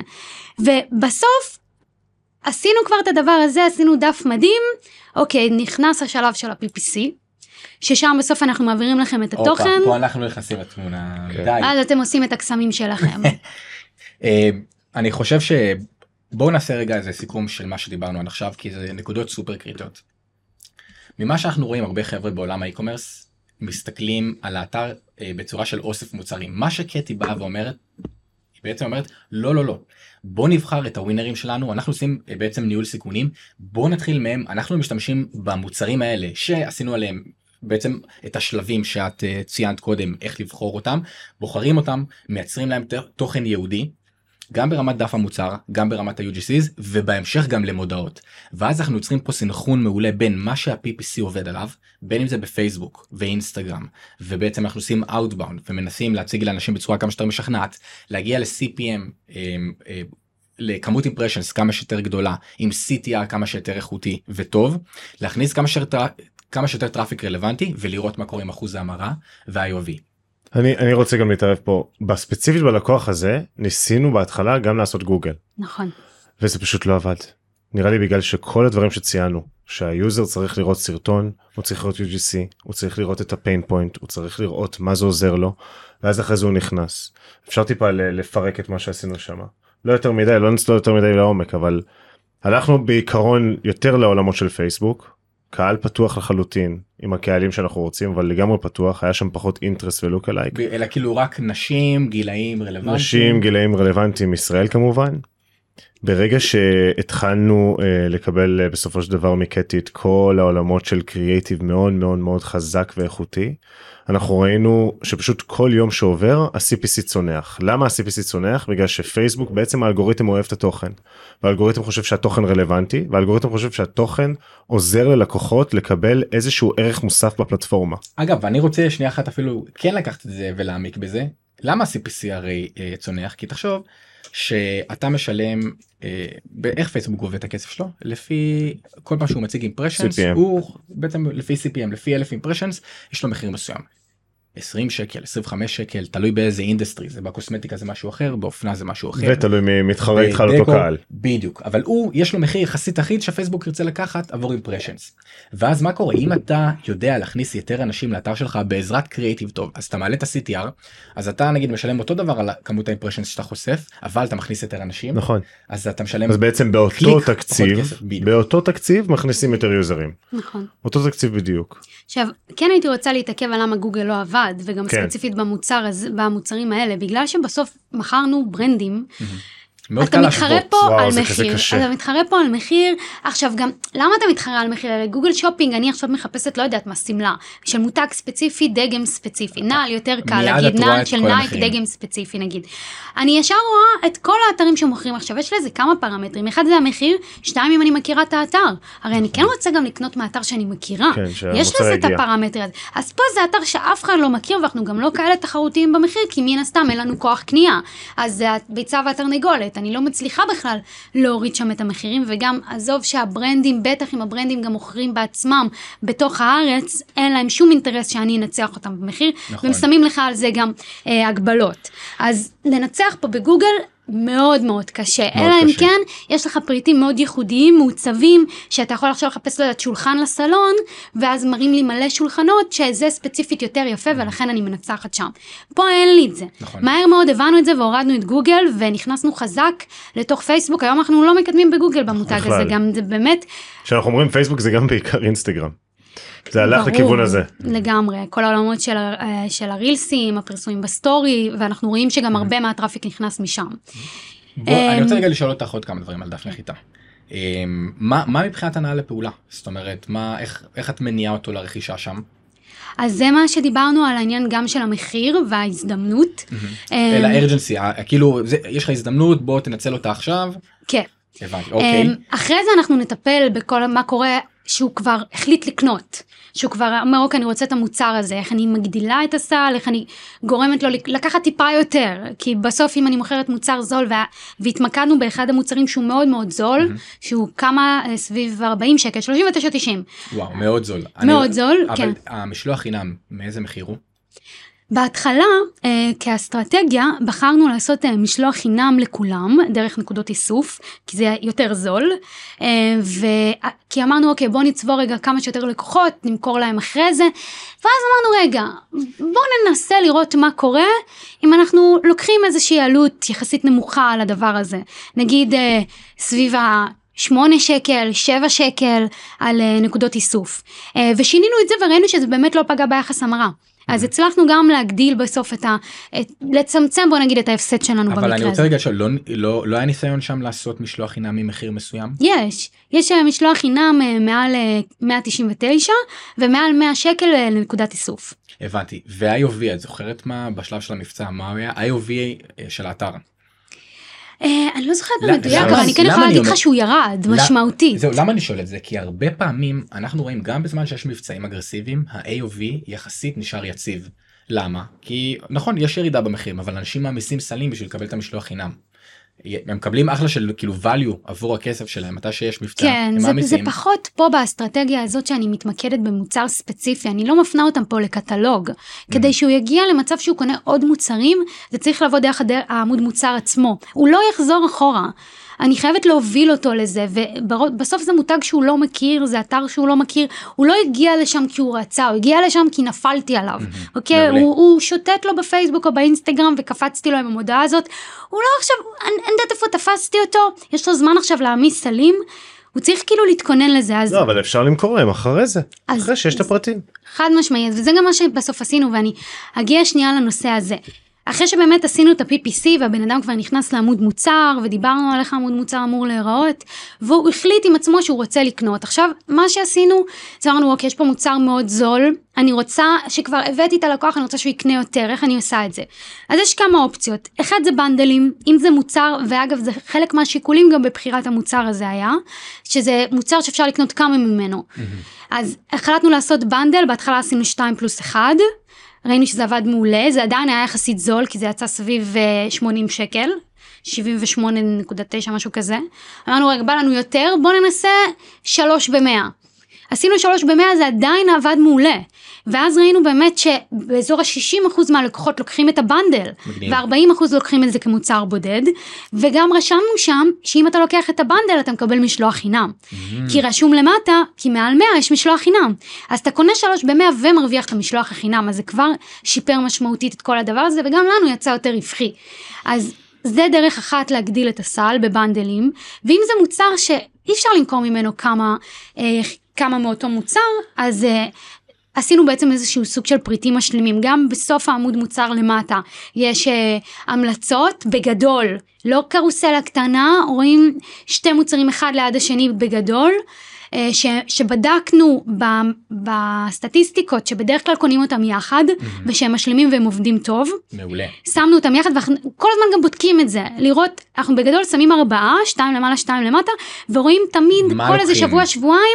ובסוף עשינו כבר את הדבר הזה, עשינו דף מדהים, אוקיי, נכנס השלב של ה-פי פי סי, ששם בסוף אנחנו מעבירים לכם את התוכן. פה אנחנו נכנסים לתמונה. אז אתם עושים את הקסמים שלכם. אני חושב שבואו נעשה רגע איזה סיכום של מה שדיברנו עד עכשיו, כי זה נקודות סופר קריטיות. ממה שאנחנו רואים הרבה חבר'ה בעולם האי-קומרס, מסתכלים על האתר בצורה של אוסף מוצרים. מה שקטי באה ואומרת, היא בעצם אומרת, לא, לא, לא. בוא נבחר את הווינרים שלנו, אנחנו עושים בעצם ניהול סיכונים, בוא נתחיל מהם, אנחנו משתמשים במוצרים האלה שעשינו עליהם, בעצם את השלבים שאת uh, ציינת קודם, איך לבחור אותם, בוחרים אותם, מייצרים להם תוכן יהודי, גם ברמת דף המוצר, גם ברמת ה-יו ג'י סיז, ובהמשך גם למודעות. ואז אנחנו יוצרים פה סנכרון מעולה בין מה שה-פי פי סי עובד עליו, בין אם זה בפייסבוק ואינסטגרם, ובעצם אנחנו עושים outbound, ומנסים להציג לאנשים בצורה כמה שיותר משכנעת, להגיע ל-סי פי אם, um, uh, לכמות impressions כמה שיותר גדולה, עם סי טי אר כמה שיותר איכותי וטוב, להכניס כמה שיותר כמה שיותר טראפיק רלוונטי, ולראות מה קורה עם אחוז ההמרה וה-איי או וי. אני, אני רוצה גם להתערב פה, בספציפית בלקוח הזה, ניסינו בהתחלה גם לעשות גוגל. נכון. וזה פשוט לא עבד. נראה לי בגלל שכל הדברים שציינו, שהיוזר צריך לראות סרטון, הוא צריך לראות יו ג'י סי, הוא צריך לראות את הפיין פוינט, הוא צריך לראות מה זה עוזר לו, ואז אחרי זה הוא נכנס. אפשר טיפה לפרק את מה שעשינו שם. לא יותר מדי, לא נצלול יותר מדי לעומק, אבל הלכנו בעיקרון יותר לעולמות של פייסבוק, קהל פתוח לחלוטין, עם הקהלים שאנחנו רוצים, אבל לגמרי פתוח, היה שם פחות אינטרסט ולוק אלייק. אלא כאילו רק נשים, גילאים רלוונטיים. נשים, גילאים רלוונטיים, ישראל כמובן. ברגע שהתחלנו uh, לקבל uh, בסופו של דבר מקטי את כל העולמות של קריאייטיב מאוד מאוד מאוד חזק ואיכותי, אנחנו ראינו שפשוט כל יום שעובר ה-סי פי סי צונח. למה ה-סי פי סי צונח? בגלל שפייסבוק בעצם האלגוריתם אוהב את התוכן, והאלגוריתם חושב שהתוכן רלוונטי, והאלגוריתם חושב שהתוכן עוזר ללקוחות לקבל איזשהו ערך מוסף בפלטפורמה. אגב, אני רוצה שנייה אחת אפילו כן לקחת את זה ולהעמיק בזה. למה ה-סי פי סי הרי uh, צונח? כי תחשוב שאתה משלם, אה, איך פייסבוק גובה את הכסף שלו? לפי כל פעם שהוא מציג אימפרשנס, הוא בעצם לפי סי פי אם, לפי אלף אימפרשנס, יש לו מחיר מסוים. עשרים שקל, עשרים וחמש שקל, תלוי באיזה אינדסטרי, זה בקוסמטיקה זה משהו אחר, באופנה זה משהו אחר. ותלוי מתחרה איתך על אותו קהל. בדיוק, אבל הוא, יש לו מחיר יחסית אחיד שהפייסבוק ירצה לקחת עבור אימפרשנס. ואז מה קורה? אם אתה יודע להכניס יותר אנשים לאתר שלך בעזרת קריאיטיב טוב, אז אתה מעלה את ה-סי טי אר, אז אתה נגיד משלם אותו דבר על כמות האימפרשנס שאתה חושף, אבל אתה מכניס יותר אנשים. נכון. אז אתה משלם אז בעצם באותו תקציב, באותו תקציב מכניסים יותר יוזרים. נכון. אותו תקציב בדיוק. עכשיו, כן הייתי רוצה להתעכב על למה גוגל לא עבד, וגם כן. ספציפית במוצר, במוצרים האלה, בגלל שבסוף מכרנו ברנדים, אתה מתחרה פה וואו, על מחיר, אתה מתחרה פה על מחיר, עכשיו גם, למה אתה מתחרה על מחיר? גוגל שופינג, אני עכשיו מחפשת, לא יודעת מה, סמלה, של מותג ספציפי, דגם ספציפי, נעל יותר קל להגיד, נעל של נייק, דגם ספציפי נגיד. אני ישר רואה את כל האתרים שמוכרים עכשיו, יש לזה כמה פרמטרים, אחד זה המחיר, שתיים אם אני מכירה את האתר, הרי אני כן רוצה גם לקנות מאתר שאני מכירה, יש לזה את הפרמטר הזה, אז פה זה אתר שאף אחד לא מכיר, ואנחנו גם לא כאלה תחרותיים במחיר, כי מן הסתם אין לנו כוח קנייה, אז זה ביצה והתרנגולת, אני לא מצליחה בכלל להוריד שם את המחירים, וגם עזוב שהברנדים, בטח אם הברנדים גם מוכרים בעצמם בתוך הארץ, אין להם שום אינטרס שאני אנצח אותם במחיר, נכון. והם שמים לך על זה גם אה, הגבלות. אז לנצח פה בגוגל מאוד מאוד קשה, אלא אם כן יש לך פריטים מאוד ייחודיים, מעוצבים, שאתה יכול עכשיו לחפש לו את שולחן לסלון, ואז מראים לי מלא שולחנות, שזה ספציפית יותר יפה, ולכן אני מנצחת שם. פה אין לי את זה. נכון. מהר מאוד הבנו את זה, והורדנו את גוגל, ונכנסנו חזק לתוך פייסבוק, היום אנחנו לא מקדמים בגוגל במותג הזה, גם זה באמת... כשאנחנו אומרים פייסבוק זה גם בעיקר אינסטגרם. זה הלך לכיוון הזה. לגמרי, כל העולמות של, של הרילסים, הפרסומים בסטורי, ואנחנו רואים שגם הרבה מהטראפיק נכנס משם. בוא, אני רוצה רגע לשאול אותך עוד כמה דברים על דף נחיתה. מה, מה מבחינת הנעה לפעולה? זאת אומרת, מה, איך, איך את מניעה אותו לרכישה שם? אז זה מה שדיברנו על העניין גם של המחיר וההזדמנות. אלא ארג'נסי, כאילו, יש לך הזדמנות, בוא תנצל אותה עכשיו. כן. הבנתי, אוקיי. אחרי זה אנחנו נטפל בכל מה קורה שהוא כבר החליט לקנות, שהוא כבר אומר, אוקיי, אני רוצה את המוצר הזה, איך אני מגדילה את הסל, איך אני גורמת לו לקחת טיפה יותר, כי בסוף אם אני מוכרת מוצר זול, וה... והתמקדנו באחד המוצרים שהוא מאוד מאוד זול, mm-hmm. שהוא כמה סביב ארבעים שקל, שלושים ותשע תשעים. וואו, מאוד זול. מאוד אני... זול, אבל כן. אבל המשלוח חינם, מאיזה מחיר הוא? בהתחלה, אה, כאסטרטגיה, בחרנו לעשות אה, משלוח חינם לכולם, דרך נקודות איסוף, כי זה יותר זול, אה, ו... כי אמרנו, אוקיי, בוא נצבור רגע כמה שיותר לקוחות, נמכור להם אחרי זה, ואז אמרנו, רגע, בוא ננסה לראות מה קורה, אם אנחנו לוקחים איזושהי עלות יחסית נמוכה על הדבר הזה, נגיד אה, סביב ה... שמונה שקל, שבע שקל על אה, נקודות איסוף, אה, ושינינו את זה וראינו שזה באמת לא פגע ביחס המרה. אז הצלחנו גם להגדיל בסוף את ה... את, לצמצם בוא נגיד את ההפסד שלנו במקרה הזה. אבל אני רוצה רגע שלא לא, לא היה ניסיון שם לעשות משלוח חינם ממחיר מסוים? יש. יש משלוח חינם מעל מאה תשעים ותשע ומעל מאה שקל לנקודת איסוף. הבנתי. וה-איי או וי, את זוכרת מה בשלב של המבצע, מה היה? ה-איי או וי של האתר. אני לא זוכרת במדויק, אבל אני כן יכולה להגיד לך שהוא ירד, משמעותית. זהו, למה אני שואל את זה? כי הרבה פעמים אנחנו רואים גם בזמן שיש מבצעים אגרסיביים, ה-איי או וי יחסית נשאר יציב. למה? כי נכון, יש ירידה במחירים, אבל אנשים מעמיסים סלים בשביל לקבל את המשלוח חינם. הם מקבלים אחלה של כאילו value עבור הכסף שלהם, מתי שיש מבצע. כן, זה, זה פחות פה באסטרטגיה הזאת שאני מתמקדת במוצר ספציפי, אני לא מפנה אותם פה לקטלוג, mm. כדי שהוא יגיע למצב שהוא קונה עוד מוצרים, זה צריך לעבוד דרך העמוד מוצר עצמו, הוא לא יחזור אחורה. אני חייבת להוביל אותו לזה, ובסוף זה מותג שהוא לא מכיר, זה אתר שהוא לא מכיר, הוא לא הגיע לשם כי הוא רצה, הוא הגיע לשם כי נפלתי עליו, אוקיי? הוא, הוא שוטט לו בפייסבוק או באינסטגרם, וקפצתי לו עם המודעה הזאת, הוא לא עכשיו, אני יודעת איפה תפסתי אותו, יש לו זמן עכשיו להעמיס סלים, הוא צריך כאילו להתכונן לזה, אז... לא, אבל אפשר למכור להם אחרי זה, אז, אחרי שיש את הפרטים. חד משמעית, וזה גם מה שבסוף עשינו, ואני אגיע שנייה לנושא הזה. אחרי שבאמת עשינו את ה-פי פי סי, והבן אדם כבר נכנס לעמוד מוצר, ודיברנו על איך העמוד מוצר אמור להיראות, והוא החליט עם עצמו שהוא רוצה לקנות. עכשיו, מה שעשינו, זה אמרנו, אוקיי, יש פה מוצר מאוד זול, אני רוצה שכבר הבאתי את הלקוח, אני רוצה שהוא יקנה יותר, איך אני עושה את זה? אז יש כמה אופציות. אחד זה בנדלים, אם זה מוצר, ואגב, זה חלק מהשיקולים גם בבחירת המוצר הזה היה, שזה מוצר שאפשר לקנות כמה ממנו. אז החלטנו לעשות בנדל, בהתחלה עשינו שתיים פלוס אחד, ראינו שזה עבד מעולה, זה עדיין היה יחסית זול, כי זה יצא סביב שמונים שקל, שבעים ושמונה נקודה תשע, משהו כזה. אמרנו, רגע, בא לנו יותר, בוא ננסה שלוש במאה. עשינו שלוש במאה, זה עדיין עבד מעולה. ואז ראינו באמת שבאזור ה-שישים אחוז מהלקוחות לוקחים את הבנדל, ו-ארבעים אחוז לוקחים את זה כמוצר בודד, וגם רשמנו שם, שאם אתה לוקח את הבנדל, אתה מקבל משלוח חינם. כי רשום למטה, כי מעל מאה יש משלוח חינם. אז אתה קונה שלוש במאה ומרוויח את המשלוח החינם, אז זה כבר שיפר משמעותית את כל הדבר הזה, וגם לנו יצא יותר רווחי. אז זה דרך אחת להגדיל את הסל בבנדלים, ואם זה מוצר שאי אפשר למכור ממנו כמה, אה, כמה מאותו מוצר, אז אה, עשינו בעצם איזשהו סוג של פריטים משלימים, גם בסוף העמוד מוצר למטה, יש אה, המלצות בגדול, לא קרוסלה קטנה, רואים שתי מוצרים אחד ליד השני בגדול, ש, שבדקנו ב, בסטטיסטיקות שבדרך כלל קונים אותם יחד, mm-hmm. ושהם משלימים והם עובדים טוב. מעולה. שמנו אותם יחד, וכל הזמן גם בודקים את זה, לראות, אנחנו בגדול שמים ארבעה, שתיים למעלה, שתיים למטה, ורואים תמיד כל איזה שבוע, שבועיים,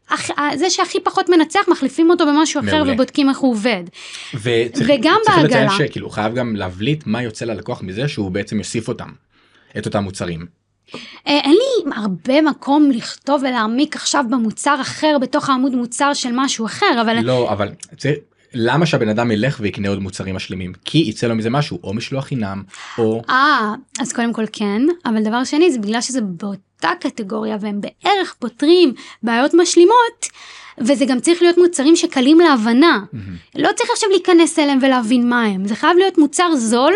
זה שהכי פחות מנצח, מחליפים אותו במשהו אחר, מעולה. ובודקים איך הוא עובד. וצריך, וגם צריך בעגלה. לציין שכאילו, חייב גם להבליט מה יוצא ללקוח מזה, שהוא בעצם יוסיף אותם, את אותם מוצרים. אין לי הרבה מקום לכתוב ולהעמיק עכשיו במוצר אחר, בתוך העמוד מוצר של משהו אחר, אבל... לא, אבל צריך, למה שהבן אדם ילך ויקנה עוד מוצרים משלימים? כי יצא לו מזה משהו, או משלוח חינם, או... אה, אז קודם כל כן, אבל דבר שני, זה בגלל שזה באותה קטגוריה, והם בערך פותרים בעיות משלימות, וזה גם צריך להיות מוצרים שקלים להבנה. Mm-hmm. לא צריך עכשיו להיכנס אליהם ולהבין מה הם. זה חייב להיות מוצר זול,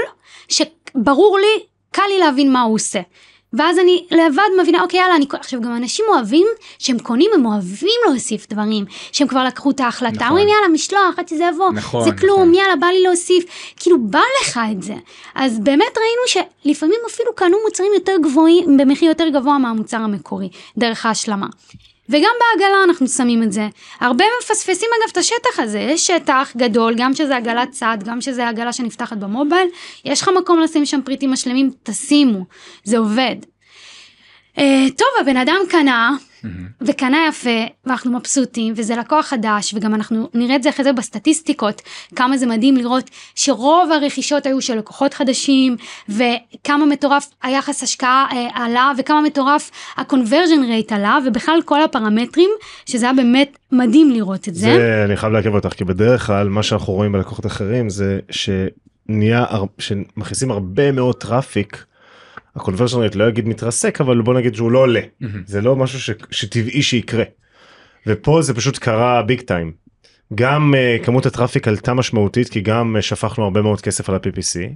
שברור לי, קל לי להבין מה הוא עושה. ואז אני לבד מבינה, אוקיי, יאללה, אני... עכשיו גם אנשים אוהבים, שהם קונים, הם אוהבים להוסיף דברים, שהם כבר לקחו את ההחלטה, נכון. אומרים, יאללה, משלוח, עד שזה יבוא, נכון, זה כלום, נכון. יאללה, בא לי להוסיף, כאילו, בא לך את זה. אז באמת ראינו שלפעמים אפילו קנו מוצרים יותר גבוהים, במחיר יותר גבוה מהמוצר המקורי, דרך ההשלמה. וגם בעגלה אנחנו שמים את זה. הרבה מפספסים אגב את השטח הזה, יש שטח גדול, גם שזה עגלת צד, גם שזה עגלה שנפתחת במובייל, יש לך מקום לשים שם פריטים משלמים, תשימו, זה עובד. Uh, טוב, הבן אדם קנה, mm-hmm. וקנה יפה, ואנחנו מבסוטים, וזה לקוח חדש, וגם אנחנו נראה את זה אחרי זה בסטטיסטיקות, כמה זה מדהים לראות שרוב הרכישות היו של לקוחות חדשים, וכמה מטורף היחס השקעה uh, עלה, וכמה מטורף ה-conversion rate עלה, ובכלל כל הפרמטרים, שזה היה באמת מדהים לראות את זה. זה, אני חייב להקב אותך, כי בדרך כלל מה שאנחנו רואים בלקוחות אחרים, זה שנהיה, שמכניסים הרבה מאוד טראפיק, הקונברז'ן רייט לא יגיד מתרסק, אבל בוא נגיד שהוא לא עולה. Mm-hmm. זה לא משהו ש... שטבעי שיקרה. ופה זה פשוט קרה ביג טיים. גם uh, כמות הטראפיק עלתה משמעותית, כי גם uh, שפכנו הרבה מאוד כסף על ה-פי פי סי,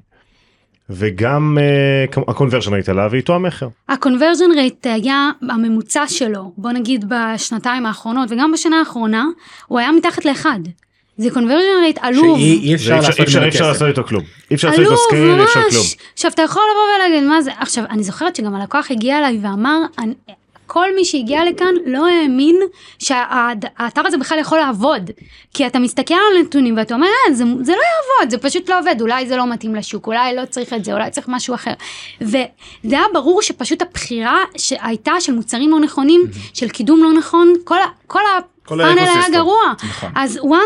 וגם uh, הקונברז'ן רייט עלה, ואיתו המחר. הקונברז'ן רייט היה הממוצע שלו, בוא נגיד בשנתיים האחרונות, וגם בשנה האחרונה, הוא היה מתחת לאחד. זה conversion rate עלוב. שאי אפשר לעשות איתו כלום. אי אפשר לעשות איתו סקייל, אי אפשר כלום. עכשיו, אתה יכול לבוא ולהגיד מה זה. עכשיו, אני זוכרת שגם הלקוח הגיע אליי ואמר, כל מי שהגיע לכאן לא האמין שהאתר הזה בכלל יכול לעבוד. כי אתה מסתכל על הנתונים ואתה אומר, זה לא יעבוד, זה פשוט לא עובד. אולי זה לא מתאים לשוק, אולי לא צריך את זה, אולי צריך משהו אחר. וזה היה ברור שפשוט הבחירה שהייתה של מוצרים לא נכונים, של קידום לא נכון, כל הפאנל היה גרוע. אז once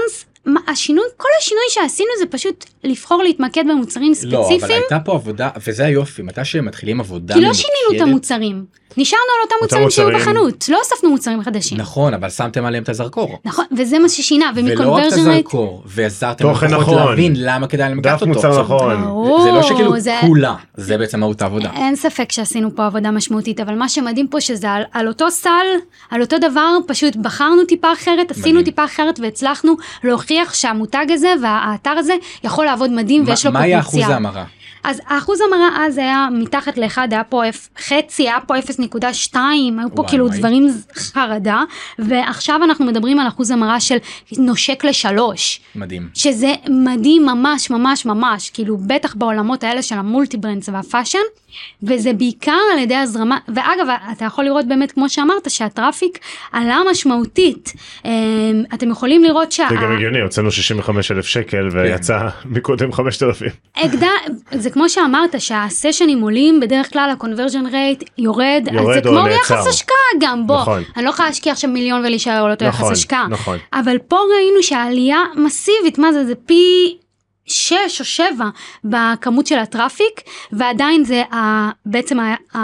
השינוי, כל השינוי שעשינו זה פשוט לבחור להתמקד במוצרים ספציפיים. לא, אבל הייתה פה עבודה, וזה היופי, מתי שמתחילים עבודה כי לא שינינו את המוצרים. נשארנו על אותם מוצרים שהיו בחנות, לא הוספנו מוצרים חדשים. נכון, אבל שמתם עליהם את הזרקור. נכון, וזה מה ששינה, ולא רק את הזרקור, ועזרתם לפחות להבין למה כדאי למקד אותו. מוצר נכון. זה לא שכאילו כולה, זה בעצם מהות העבודה. אין ספק שעשינו פה עבודה משמעותית, אבל מה שמדהים פה שזה על אותו סל, על אותו דבר, פשוט בחרנו טיפה אחרת, עשינו טיפה אחרת, והצלחנו להוכיח שהמותג הזה והאתר הזה יכול לעבוד מדהים ויש לו פוטנציאל. מה היה אחוז ההמרה? אז האחוז המרה אז היה מתחת לאחד, היה פה חצי, היה פה אפס נקודה שתיים, היו פה וואי כאילו וואי. דברים חרדה, ועכשיו אנחנו מדברים על אחוז המרה של נושק לשלוש. מדהים. שזה מדהים ממש ממש ממש, כאילו בטח בעולמות האלה של המולטי ברנדס והפאשן, וזה בעיקר על ידי הזרמה, ואגב, אתה יכול לראות באמת, כמו שאמרת, שהטראפיק עלה משמעותית. אתם יכולים לראות שה... זה גם הגיוני, הוצאנו שישים וחמישה אלף שקל, ויצא מקודם חמשת אלפים. זה כמו שאמרת, שהסשנים עולים, בדרך כלל הקונברז'ן רייט יורד, אז זה כמו יחס השקעה גם, בוא. אני לא יכולה להשקיע עכשיו מיליון ולהישאר על אותו יחס השקעה. אבל פה ראינו שהעלייה מסיבית, מה זה, זה פי... שש או שבע בכמות של הטראפיק, ועדיין זה בעצם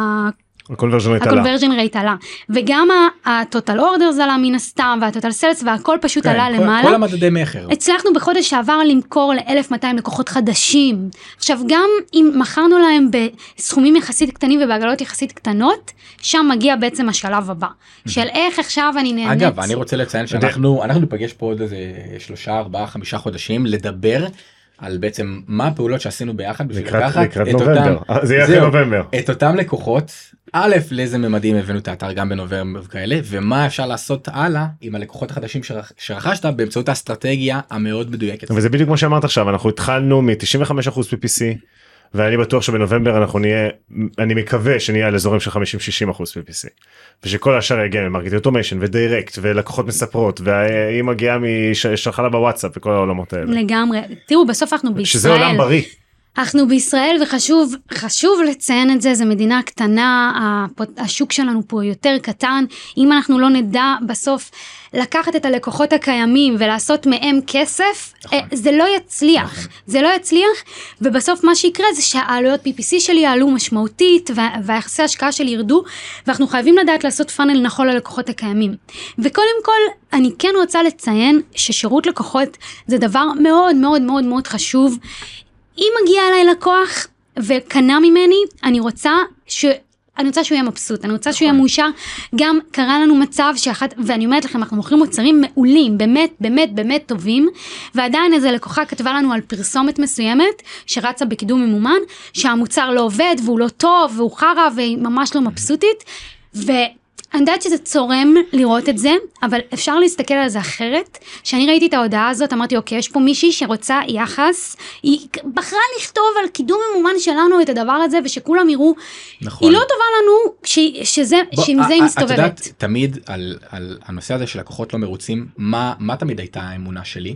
הקונברז'ן רייט עלה. וגם הטוטל אורדרס עלה מן הסתם, והטוטל סלס, והכל פשוט עלה למעלה. כל המדדי מחר. הצלחנו בחודש שעבר למכור ל-אלף ומאתיים לקוחות חדשים. עכשיו, גם אם מכרנו להם בסכומים יחסית קטנים ובעגלות יחסית קטנות, שם מגיע בעצם השלב הבא. של איך עכשיו אני נהנית. אגב, אני רוצה לציין שאנחנו נפגש פה עוד איזה שלושה, ארבעה, חמישה חודשים, לדבר על בעצם מה הפעולות שעשינו ביחד בשביל לקחת לקראת נובמבר, זה יהיה אחרי נובמבר. את אותם לקוחות, א', לאיזה ממדים הבאנו את האתר גם בנובמבר וכאלה, ומה אפשר לעשות הלאה עם הלקוחות החדשים שרכשת באמצעות האסטרטגיה המאוד מדויקת. וזה בדיוק כמו שאמרת עכשיו, אנחנו התחלנו מ-תשעים וחמישה אחוז פי פי סי, ואני בטוח שבנובמבר אנחנו נהיה, אני מקווה שנהיה על אזורים של חמישים שישים אחוז פי פי סי, ושכל השאר יגיע ממרקט אוטומיישן ודיירקט ולקוחות מספרות, והיא מגיעה משלחה לה בוואטסאפ וכל העולמות האלה. לגמרי, תראו, בסוף אנחנו בישראל. שזה עולם בריא. אנחנו בישראל, וחשוב חשוב לציין את זה, זו מדינה קטנה, השוק שלנו פה יותר קטן, אם אנחנו לא נדע בסוף לקחת את הלקוחות הקיימים ולעשות מהם כסף, נכון. זה לא יצליח, נכון. זה לא יצליח, ובסוף מה שיקרה זה שהעלויות פי פי סי שלי יעלו משמעותית, והיחסי השקעה שלי ירדו, ואנחנו חייבים לדעת לעשות פאנל נכון ללקוחות הקיימים. וקודם כל, אני כן רוצה לציין ששירות לקוחות זה דבר מאוד מאוד מאוד מאוד חשוב. אם מגיע אליי לקוח וקנה ממני, אני רוצה ש... אני רוצה שהוא יהיה מבסוט, אני רוצה שהוא יהיה מאושר. גם קרה לנו מצב שאחת, ואני אומרת לכם, אנחנו מוכרים מוצרים מעולים, באמת, באמת, באמת טובים, ועדיין איזה לקוחה כתבה לנו על פרסומת מסוימת, שרצה בקידום ממומן, שהמוצר לא עובד, והוא לא טוב, והוא חרה, והיא ממש לא מבסוטית, ו... אני יודעת שזה צורם לראות את זה, אבל אפשר להסתכל על זה אחרת. כשאני ראיתי את ההודעה הזאת, אמרתי, אוקיי, יש פה מישהי שרוצה יחס, היא בחרה לכתוב על קידום ממומן שלנו את הדבר הזה, ושכולם יראו, נכון. היא לא טובה לנו, שזה, בוא, שעם זה היא מסתובבת. את יודעת, תמיד על, על הנושא הזה של לקוחות לא מרוצים, מה, מה תמיד הייתה האמונה שלי?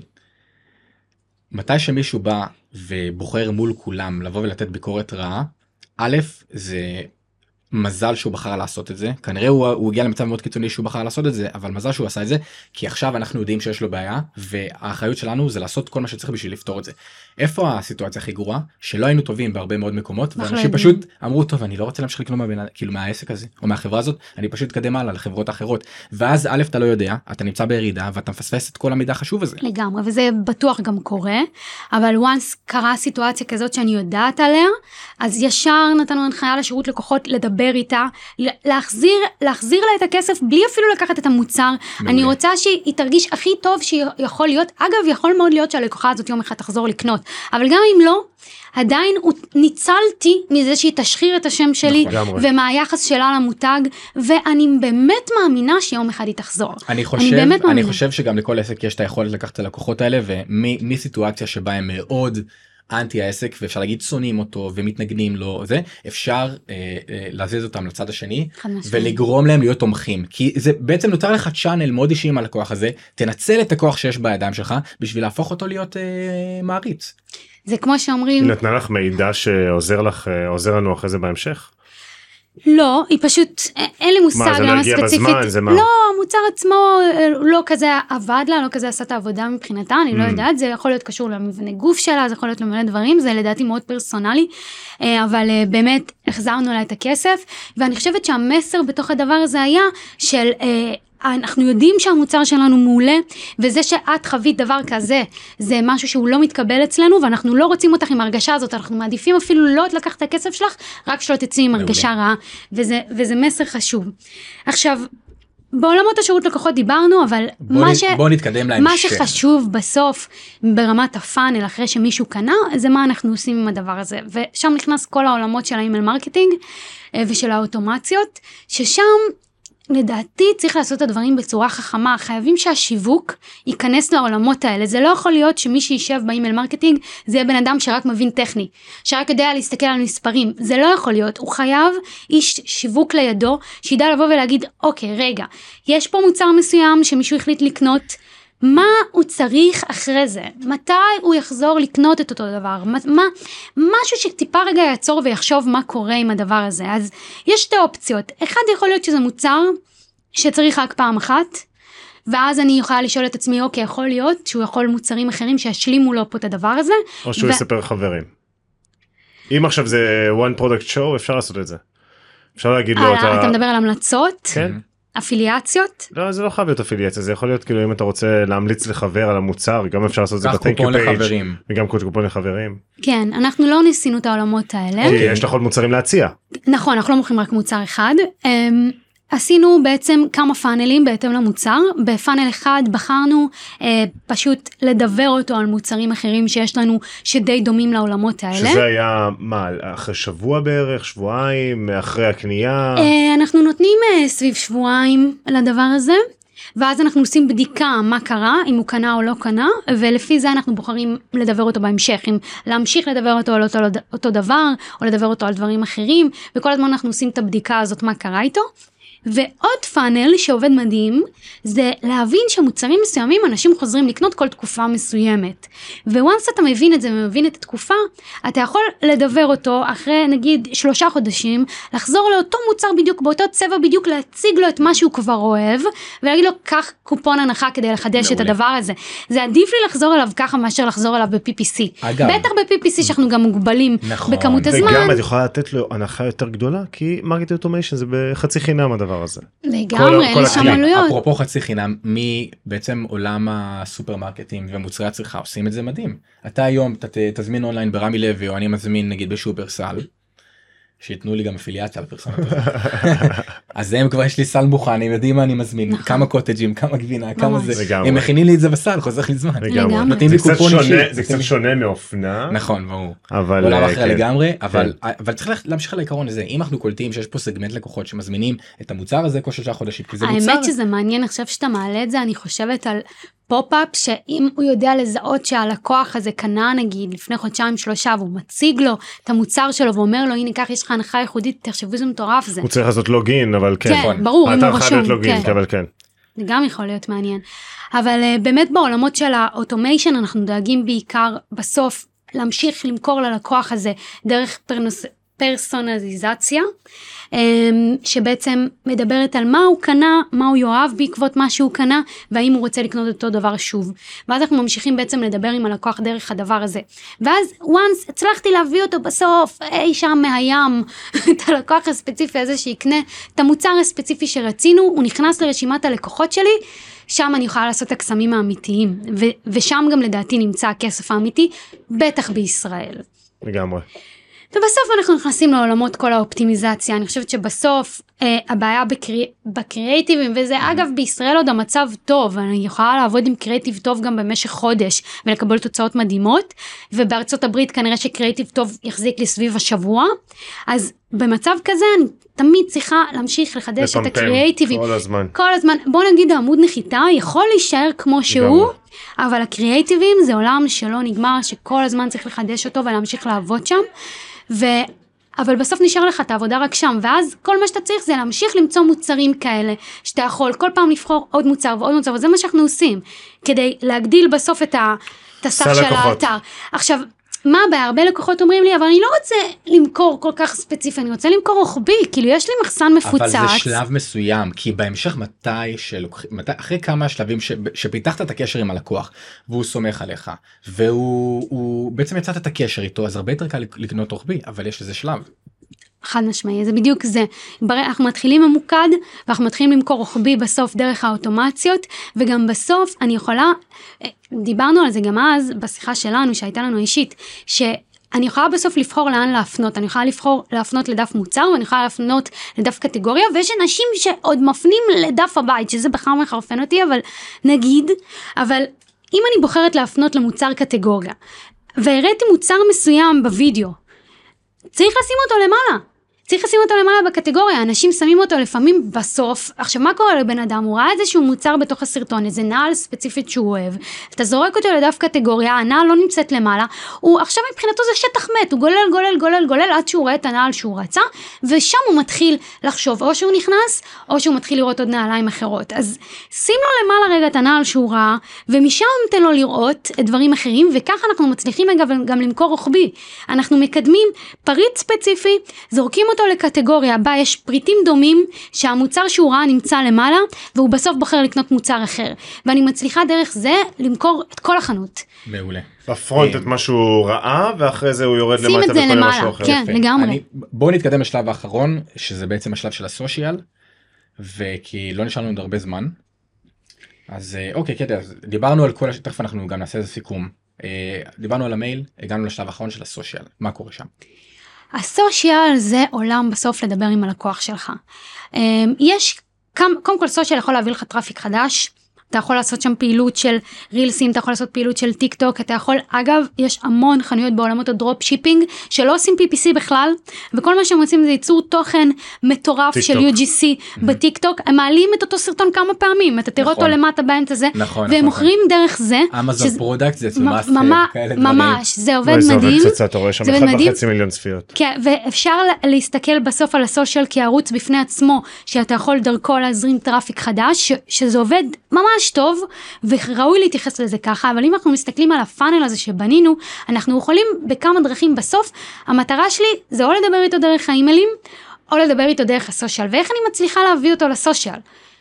מתי שמישהו בא ובוחר מול כולם לבוא ולתת ביקורת רעה, א', זה... מזל שהוא בחר לעשות את זה, כנראה הוא, הוא הגיע למצב מאוד קיצוני שהוא בחר לעשות את זה, אבל מזל שהוא עשה את זה, כי עכשיו אנחנו יודעים שיש לו בעיה, והאחריות שלנו זה לעשות כל מה שצריך בשביל לפתור את זה. איפה הסיטואציה הכי גרועה? שלא היינו טובים בהרבה מאוד מקומות, ואנשים פשוט אמרו, טוב, אני לא רוצה להמשיך לקנות מהבין, כאילו מהעסק הזה, או מהחברה הזאת, אני פשוט קדם הלאה לחברות אחרות, ואז א', אתה לא יודע, אתה נמצא בירידה, ואתה מפספס את כל המידע החשוב הזה. לגמרי, וזה בטוח גם קורה, אבל once קרה סיטואציה כזאת שאני יודעת עליה, אז ישר נתנו הנחיה לשירות לקוחות לדבר איתה, להחזיר, להחזיר לה את הכסף, בלי אפילו לקחת את המוצר. מעולה. אני רוצה שהיא תרגיש הכי טוב שיכול להיות, אגב, יכול מאוד להיות שהלקוחה הזאת יום אחד תחזור לקנות, אבל גם אם לא, עדיין ניצלתי מזה שהיא תשחיר את השם שלי, נכון, ומהיחס שלה למותג, ואני באמת מאמינה שיום אחד היא תחזור. אני חושב, אני, אני חושב שגם לכל עסק יש את היכולת לקחת את הלקוחות האלה, ומסיטואציה שבה הם מאוד אנטי העסק, ואפשר להגיד שונאים אותו ומתנגנים לו, זה, אפשר אה, אה, להזיז אותם לצד השני, ולגרום להם להיות תומכים, כי זה בעצם נותר לך צ'אנל מאוד אישי עם הלקוח הזה, תנצל את הכוח שיש בידיים שלך, בשביל להפוך אותו להיות אה, מעריץ. זה כמו שאומרים... היא נתנה לך מידע שעוזר לך, עוזר לנו אחרי זה בהמשך? לא, היא פשוט, אין לי מושג מה, זה לא למה הגיע ספציפית. בזמן, זה מה? לא, המוצר עצמו לא כזה עבד לה, לא כזה עשה את העבודה מבחינתה, אני לא יודעת, זה יכול להיות קשור למבנה גוף שלה, זה יכול להיות למלא דברים, זה לדעתי מאוד פרסונלי, אבל באמת החזרנו לה את הכסף, ואני חושבת שהמסר בתוך הדבר הזה היה של... אנחנו יודעים שהמוצר שלנו מעולה, וזה שאת חווית דבר כזה, זה משהו שהוא לא מתקבל אצלנו, ואנחנו לא רוצים אותך עם הרגשה הזאת, אנחנו מעדיפים אפילו לא לקחת את הכסף שלך, רק שלא תצאי עם הרגשה רעה, וזה, וזה מסר חשוב. עכשיו, בעולמות השירות לקוחות דיברנו, אבל בוא, מה, נ, ש... בוא נתקדם להמשך. מה שחשוב בסוף, ברמת הפאנל, אחרי שמישהו קנה, זה מה אנחנו עושים עם הדבר הזה, ושם נכנס כל העולמות של האימייל מרקטינג, ושל האוטומציות, ששם לדעתי צריך לעשות את הדברים בצורה חכמה, חייבים שהשיווק ייכנס לעולמות האלה, זה לא יכול להיות שמי שישב באימייל מרקטינג, זה יהיה בן אדם שרק מבין טכני, שרק יודע להסתכל על מספרים, זה לא יכול להיות, הוא חייב איש שיווק לידו, שידע לבוא ולהגיד, אוקיי רגע, יש פה מוצר מסוים שמישהו החליט לקנות, מה הוא צריך אחרי זה? מתי הוא יחזור לקנות את אותו דבר? מה, משהו שטיפה רגע יעצור ויחשוב מה קורה עם הדבר הזה. אז יש שתי אופציות. אחד יכול להיות שזה מוצר שצריך רק פעם אחת, ואז אני יכולה לשאול את עצמי, אוקיי, יכול להיות שהוא יכול מוצרים אחרים שישלימו לו פה את הדבר הזה. או שהוא ו... יספר חברים. אם עכשיו זה one product show, אפשר לעשות את זה. אפשר להגיד לו... אתה... אתה מדבר על המלצות? כן. אפיליאציות? לא, זה לא חייב להיות אפיליאציה, זה יכול להיות כאילו אם אתה רוצה להמליץ לחבר על המוצר, גם אפשר לעשות את זה ב-thank you page, וגם קופון לחברים. כן, אנחנו לא ניסינו את העולמות האלה. כי יש לך עוד מוצרים להציע. נכון, אנחנו לא מוכרים רק מוצר אחד. עשינו בעצם כמה פאנלים בהתאם למוצר, בפאנל אחד בחרנו אה, פשוט לדבר אותו על מוצרים אחרים שיש לנו שדי דומים לעולמות האלה. שזה היה מה, אחרי שבוע בערך, שבועיים, אחרי הקנייה? אה, אנחנו נותנים אה, סביב שבועיים לדבר הזה, ואז אנחנו עושים בדיקה מה קרה, אם הוא קנה או לא קנה, ולפי זה אנחנו בוחרים לדבר אותו בהמשך, אם להמשיך לדבר אותו על אותו, אותו דבר, או לדבר אותו על דברים אחרים, וכל הזמן אנחנו עושים את הבדיקה הזאת מה קרה איתו. ועוד פאנל שעובד מדהים, זה להבין שמוצרים מסוימים אנשים חוזרים לקנות כל תקופה מסוימת. וואנס אתה מבין את זה ומבין את התקופה, אתה יכול לדבר אותו אחרי נגיד שלושה חודשים, לחזור לאותו מוצר בדיוק, באותו צבע בדיוק, להציג לו את מה שהוא כבר אוהב, ולהגיד לו, קח קופון הנחה כדי לחדש את הדבר הזה. זה עדיף לי לחזור אליו ככה מאשר לחזור אליו ב-פי פי סי. אגב, בטח ב-פי פי סי שאנחנו גם מוגבלים נכון, בכמות הזמן. וגם את יכולה לתת לו הנחה יותר גדולה, כי מרקט אוטומיישן זה בחצי חינם הדבר הזה. לגמרי, אין שם עלויות. אפרופו חצי חינם, מי בעצם עולם הסופרמרקטים ומוצרי הצריכה עושים את זה מדהים. אתה היום תזמין אונליין ברמי לוי, או אני מזמין נגיד בשופרסל, שיתנו לי גם אפיליאציה לפרסומת הזאת. אז הם כבר יש לי סל מוכן, הם יודעים מה אני מזמין, כמה קוטג'ים, כמה גבינה, כמה זה, הם מכינים לי את זה בסל, חוזר לי זמן. נותנים לי קופון אישי. זה קצת שונה מאופנה. נכון, ברור. אבל עולם אחר לגמרי, אבל צריך להמשיך על העיקרון הזה, אם אנחנו קולטים שיש פה סגמנט לקוחות שמזמינים את המוצר הזה כל שלושה חודשים, כי זה מוצר. האמת שזה מעניין, עכשיו שאתה מעלה את זה, אני חושבת על פופ-אפ, שאם הוא יודע לזהות שהלקוח הזה קנה נגיד לפני חודשיים שלושה, והוא מציג לו את המוצר שלו ואומר לו, הנה כך יש לך הנחה ייחודית, תחשבו זה מטורף זה. הוא צריך לעשות לוגין, אבל כן. כן, ברור, אם הוא רשום. לוגין, כן. אבל כן. זה גם יכול להיות מעניין. אבל uh, באמת בעולמות של האוטומיישן, אנחנו דואגים בעיקר בסוף, להמשיך למכור ללקוח הזה, דרך פרנוס... פרסונליזציה, שבעצם מדברת על מה הוא קנה, מה הוא יאהב בעקבות מה שהוא קנה, והאם הוא רוצה לקנות אותו דבר שוב. ואז אנחנו ממשיכים בעצם לדבר עם הלקוח דרך הדבר הזה. ואז once הצלחתי להביא אותו בסוף, אי שם מהים, את הלקוח הספציפי הזה שיקנה את המוצר הספציפי שרצינו, הוא נכנס לרשימת הלקוחות שלי, שם אני יכולה לעשות את הקסמים האמיתיים, ו- ושם גם לדעתי נמצא הכסף האמיתי, בטח בישראל. לגמרי. ובסוף אנחנו נכנסים לעולמות כל האופטימיזציה, אני חושבת שבסוף אה, הבעיה בקרי... בקריאטיבים, וזה mm-hmm. אגב בישראל עוד המצב טוב, אני יכולה לעבוד עם קריאטיב טוב גם במשך חודש, ולקבל תוצאות מדהימות, ובארצות הברית כנראה שקריאטיב טוב יחזיק לי סביב השבוע, אז במצב כזה אני תמיד צריכה להמשיך לחדש את הקריאטיבים. כל הזמן. כל הזמן, בוא נגיד העמוד נחיתה יכול להישאר כמו שהוא, אבל הקריאטיבים זה עולם שלא נגמר, שכל הזמן צריך לחדש אותו ולהמשיך לעבוד שם, ו... אבל בסוף נשאר לך את העבודה רק שם, ואז כל מה שאתה צריך זה להמשיך למצוא מוצרים כאלה, שאתה יכול כל פעם לבחור עוד מוצר ועוד מוצר, וזה מה שאנחנו עושים, כדי להגדיל בסוף את, ה... את הסף של האתר. עכשיו, מה הבעיה? הרבה לקוחות אומרים לי, אבל אני לא רוצה למכור כל כך ספציפי, אני רוצה למכור רוחבי, כאילו יש לי מחסן מפוצץ. אבל זה שלב מסוים, כי בהמשך מתי, שלוקח, מתי אחרי כמה שלבים ש, שפיתחת את הקשר עם הלקוח, והוא סומך עליך, והוא בעצם יצאת את הקשר איתו, אז הרבה יותר קל לקנות רוחבי, אבל יש איזה שלב. חד משמעי, זה בדיוק זה. אנחנו מתחילים ממוקד, ואנחנו מתחילים למכור רוחבי בסוף דרך האוטומציות, וגם בסוף אני יכולה, דיברנו על זה גם אז, בשיחה שלנו, שהייתה לנו אישית, שאני יכולה בסוף לבחור לאן להפנות, אני יכולה לבחור להפנות לדף מוצר, ואני יכולה להפנות לדף קטגוריה, ויש אנשים שעוד מפנים לדף הבית, שזה בכלל מחרפן אותי, אבל נגיד, אבל אם אני בוחרת להפנות למוצר קטגוריה, והראיתי מוצר מסוים בווידאו, צריך לשים אותו למעלה. צריך לשים אותו למעלה בקטגוריה, אנשים שמים אותו לפעמים בסוף. עכשיו, מה קורה לבן אדם? הוא ראה איזשהו מוצר בתוך הסרטון, איזה נעל ספציפית שהוא אוהב, אתה זורק אותו לדף קטגוריה, הנעל לא נמצאת למעלה, הוא עכשיו מבחינתו זה שטח מת, הוא גולל, גולל, גולל, גולל, עד שהוא רואה את הנעל שהוא רצה, ושם הוא מתחיל לחשוב, או שהוא נכנס, או שהוא מתחיל לראות עוד נעליים אחרות. אז שים לו למעלה רגע את הנעל שהוא ראה, ומשם תן לו לראות את דברים אחרים, וככה אנחנו מצליחים אגב גם למכור רוחבי. אנחנו מקדמים פריט ספציפי, זורקים אותו לקטגוריה, בה יש פריטים דומים שהמוצר שהוא ראה נמצא למעלה, והוא בסוף בוחר לקנות מוצר אחר. ואני מצליחה דרך זה למכור את כל החנות. מעולה. בפרונט את מה שהוא ראה, ואחרי זה הוא יורד למטה וכל משהו אחר. כן, לגמרי. בואו נתקדם לשלב האחרון, שזה בעצם השלב של הסושיאל, וכי לא נשארנו עוד הרבה זמן. אז אוקיי, קטע, אז דיברנו על כל, תכף אנחנו גם נעשה איזה סיכום. דיברנו על המייל, הגענו לשלב האחרון של הסושיאל. מה קורה שם? הסושיאל זה עולם בסוף לדבר עם הלקוח שלך. יש, קודם כל סושיאל יכול להביא לך טראפיק חדש, אתה יכול לעשות שם פעילות של רילסים, אתה יכול לעשות פעילות של טיק טוק, אתה יכול, אגב, יש המון חנויות בעולמות הדרופ שיפינג, שלא עושים פי פי סי בכלל, וכל מה שהם עושים זה ייצור תוכן מטורף של יו ג'י סי בטיק טוק, הם מעלים את אותו סרטון כמה פעמים, אתה תראה אותו למטה באמצע זה, והם מוכרים דרך זה. אמזון פרודקט זה ממש כאלה דברים. ממש, זה עובד מדהים. זה עובד פצצה, אתה רואה שם אחד וחצי מיליון צפיות. כן, ואפשר להסתכל בסוף על הסושיאל כערוץ בפני עצמו, שאתה יכול דרכו להזרים טראפיק חדש, שזה עובד ממש טוב, וראוי להתייחס לזה ככה, אבל אם אנחנו מסתכלים על הפאנל הזה שבנינו, אנחנו יכולים בכמה דרכים בסוף, המטרה שלי זה או לדבר איתו דרך האימיילים, או לדבר איתו דרך הסושיאל, ואיך אני מצליחה להביא אותו לסושיאל?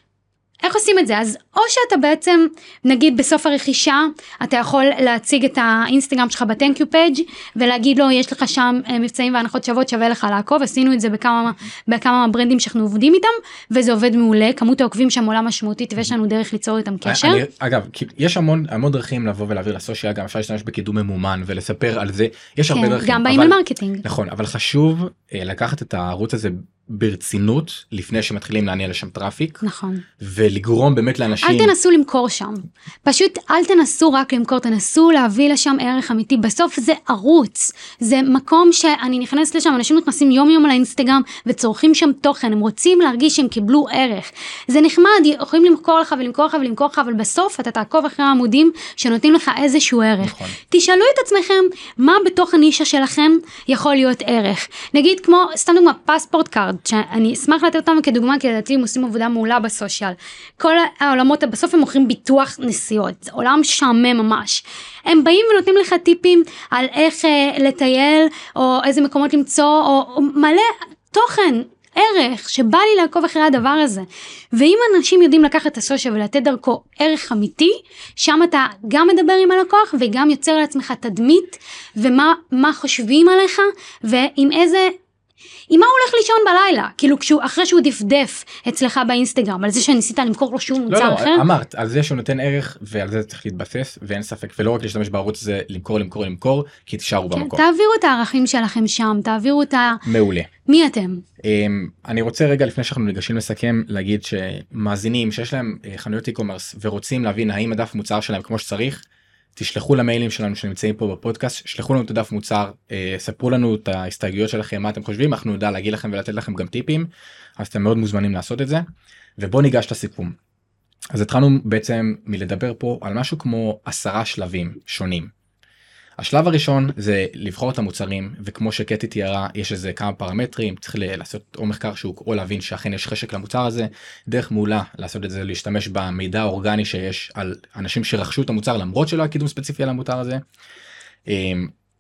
איך עושים את זה? אז או שאתה בעצם, נגיד בסוף הרכישה, אתה יכול להציג את האינסטגרם שלך ב-Thank you page, ולהגיד לו, יש לך שם מבצעים והנחות שוות, שווה לך לעקוב, עשינו את זה בכמה, בכמה ברנדים שאנחנו עובדים איתם, וזה עובד מעולה, כמות העוקבים שם עולה משמעותית, ויש לנו דרך ליצור איתם קשר. אני, אגב, יש המון, המון דרכים לבוא ולהעביר לסושיאל, גם אפשר להשתמש בקידום ממומן, ולספר על זה, יש הרבה כן, דרכים. גם באימייל מרקטינג. נכון, אבל חשוב לקחת את הערוץ הזה ברצינות, לפני שמתחילים להניע לשם טראפיק. נכון. ולגרום באמת לאנשים. אל תנסו למכור שם. פשוט אל תנסו רק למכור, תנסו להביא לשם ערך אמיתי. בסוף זה ערוץ. זה מקום שאני נכנסת לשם, אנשים נכנסים יום יום לאינסטגרם, וצורכים שם תוכן. הם רוצים להרגיש שהם קיבלו ערך. זה נחמד, יכולים למכור לך ולמכור לך ולמכור לך, אבל בסוף אתה תעקוב אחרי העמודים שנותנים לך איזשהו ערך. נכון. תשאלו את עצמכם, מה בתוך הנישה שלכם יכול להיות ערך. נגיד כמו, סתם דוגמה, פספורט קארד, שאני אשמח לתת אותם כדוגמה, כי לדעתי הם עושים עבודה מעולה בסושיאל. כל העולמות, בסוף הם מוכרים ביטוח נסיעות, זה עולם שעמם ממש. הם באים ונותנים לך טיפים על איך אה, לטייל, או איזה מקומות למצוא, או, או מלא תוכן, ערך, שבא לי לעקוב אחרי הדבר הזה. ואם אנשים יודעים לקחת את הסושיאל ולתת דרכו ערך אמיתי, שם אתה גם מדבר עם הלקוח, וגם יוצר לעצמך תדמית, ומה מה חושבים עליך, ועם איזה עם מה הוא הולך לישון בלילה? כאילו, כשהוא, אחרי שהוא דפדף אצלך באינסטגרם, על זה שניסית למכור לו שום מוצר לא, אחר? לא, אמרת, על זה שהוא נותן ערך, ועל זה צריך להתבסס, ואין ספק, ולא רק להשתמש בערוץ הזה, למכור, למכור, למכור, כי תשארו כן, במקום. תעבירו את הערכים שלכם שם, תעבירו את ה... מעולה. מי אתם? אני רוצה רגע, לפני שאנחנו ניגשים לסכם, להגיד שמאזינים שיש להם חנויות e-commerce, ורוצים להבין האם הדף מוצר שלהם כמו שצריך, תשלחו למיילים שלנו שנמצאים פה בפודקאסט, שלחו לנו את הדף מוצר, ספרו לנו את ההסתייגויות שלכם, מה אתם חושבים, אנחנו נדע להגיד לכם ולתת לכם גם טיפים, אז אתם מאוד מוזמנים לעשות את זה, ובואו ניגש לסיכום. אז התחלנו בעצם מלדבר פה על משהו כמו עשרה שלבים שונים. השלב הראשון זה לבחור את המוצרים, וכמו שקטי תיארה, יש איזה כמה פרמטרים, צריך לעשות או מחקר שהוא, או להבין שאכן יש חשק למוצר הזה, דרך מעולה לעשות את זה, להשתמש במידע האורגני שיש על אנשים שרכשו את המוצר, למרות שלא היה קידום ספציפי על המוצר הזה.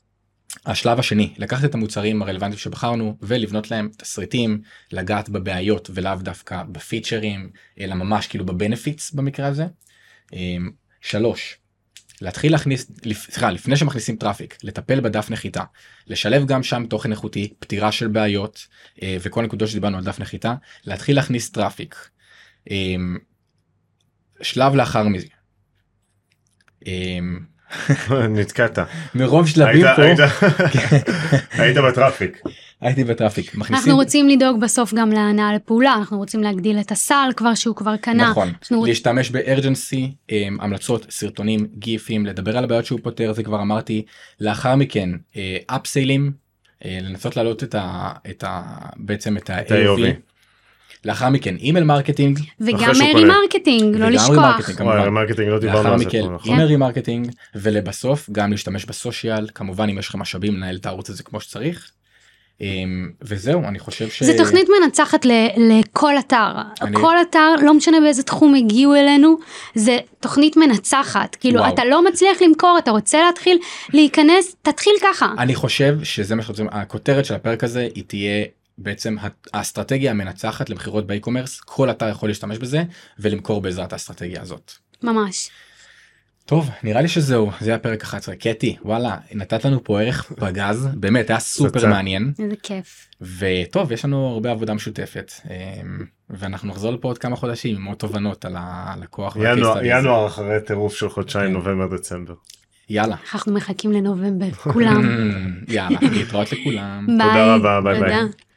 השלב השני, לקחת את המוצרים הרלוונטיים שבחרנו ולבנות להם תסריטים, לגעת בבעיות ולאו דווקא בפיצ'רים, אלא ממש כאילו בבנפיטס במקרה הזה. שלוש, להתחיל להכניס, סליחה, לפני שמכניסים טראפיק, לטפל בדף נחיתה, לשלב גם שם תוכן איכותי, פתירה של בעיות וכל נקודות שדיברנו על דף נחיתה, להתחיל להכניס טראפיק. שלב לאחר מזה. נתקעת. מרוב שלבים פה. היית בטראפיק. הייתי בטראפיק. אנחנו רוצים לדאוג בסוף גם להנאה לפעולה, אנחנו רוצים להגדיל את הסל כבר שהוא כבר קנה. נכון, להשתמש בארג'נסי, המלצות, סרטונים, גיפים, לדבר על הבעיות שהוא פותר, זה כבר אמרתי. לאחר מכן, אפסיילים, לנסות להעלות את ה... בעצם את ה-איי או וי. לאחר מכן אימייל מרקטינג וגם רימרקטינג, לא לשכוח. רימרקטינג לא דיברנו על זה. לאחר מכן אימייל רימרקטינג, ולבסוף גם להשתמש בסושיאל, כמובן אם יש לך משאבים לנהל את הערוץ הזה כמו שצריך. וזהו, אני חושב ש... זה תוכנית מנצחת לכל אתר, כל אתר, לא משנה באיזה תחום הגיעו אלינו, זה תוכנית מנצחת, כאילו אתה לא מצליח למכור, אתה רוצה להתחיל להיכנס, תתחיל ככה. אני חושב שזה מה שרוצים, הכותרת של הפרק הזה היא תהיה בעצם האסטרטגיה המנצחת למחירות באי-קומרס, כל אתר יכול להשתמש בזה ולמכור בעזרת האסטרטגיה הזאת. ממש. טוב, נראה לי שזהו, זה היה פרק אחת עשרה. קטי, וואלה, נתת לנו פה ערך בגז, באמת, היה סופר מעניין. איזה כיף. וטוב, יש לנו הרבה עבודה משותפת, ואנחנו נחזור לפה עוד כמה חודשים עם עוד תובנות על הלקוח. ינואר אחרי טירוף של חודשיים, נובמבר, דצמבר. יאללה. אנחנו מחכים לנובמבר, כולם. יאללה, להתראות לכולם. תודה רבה, ביי ביי.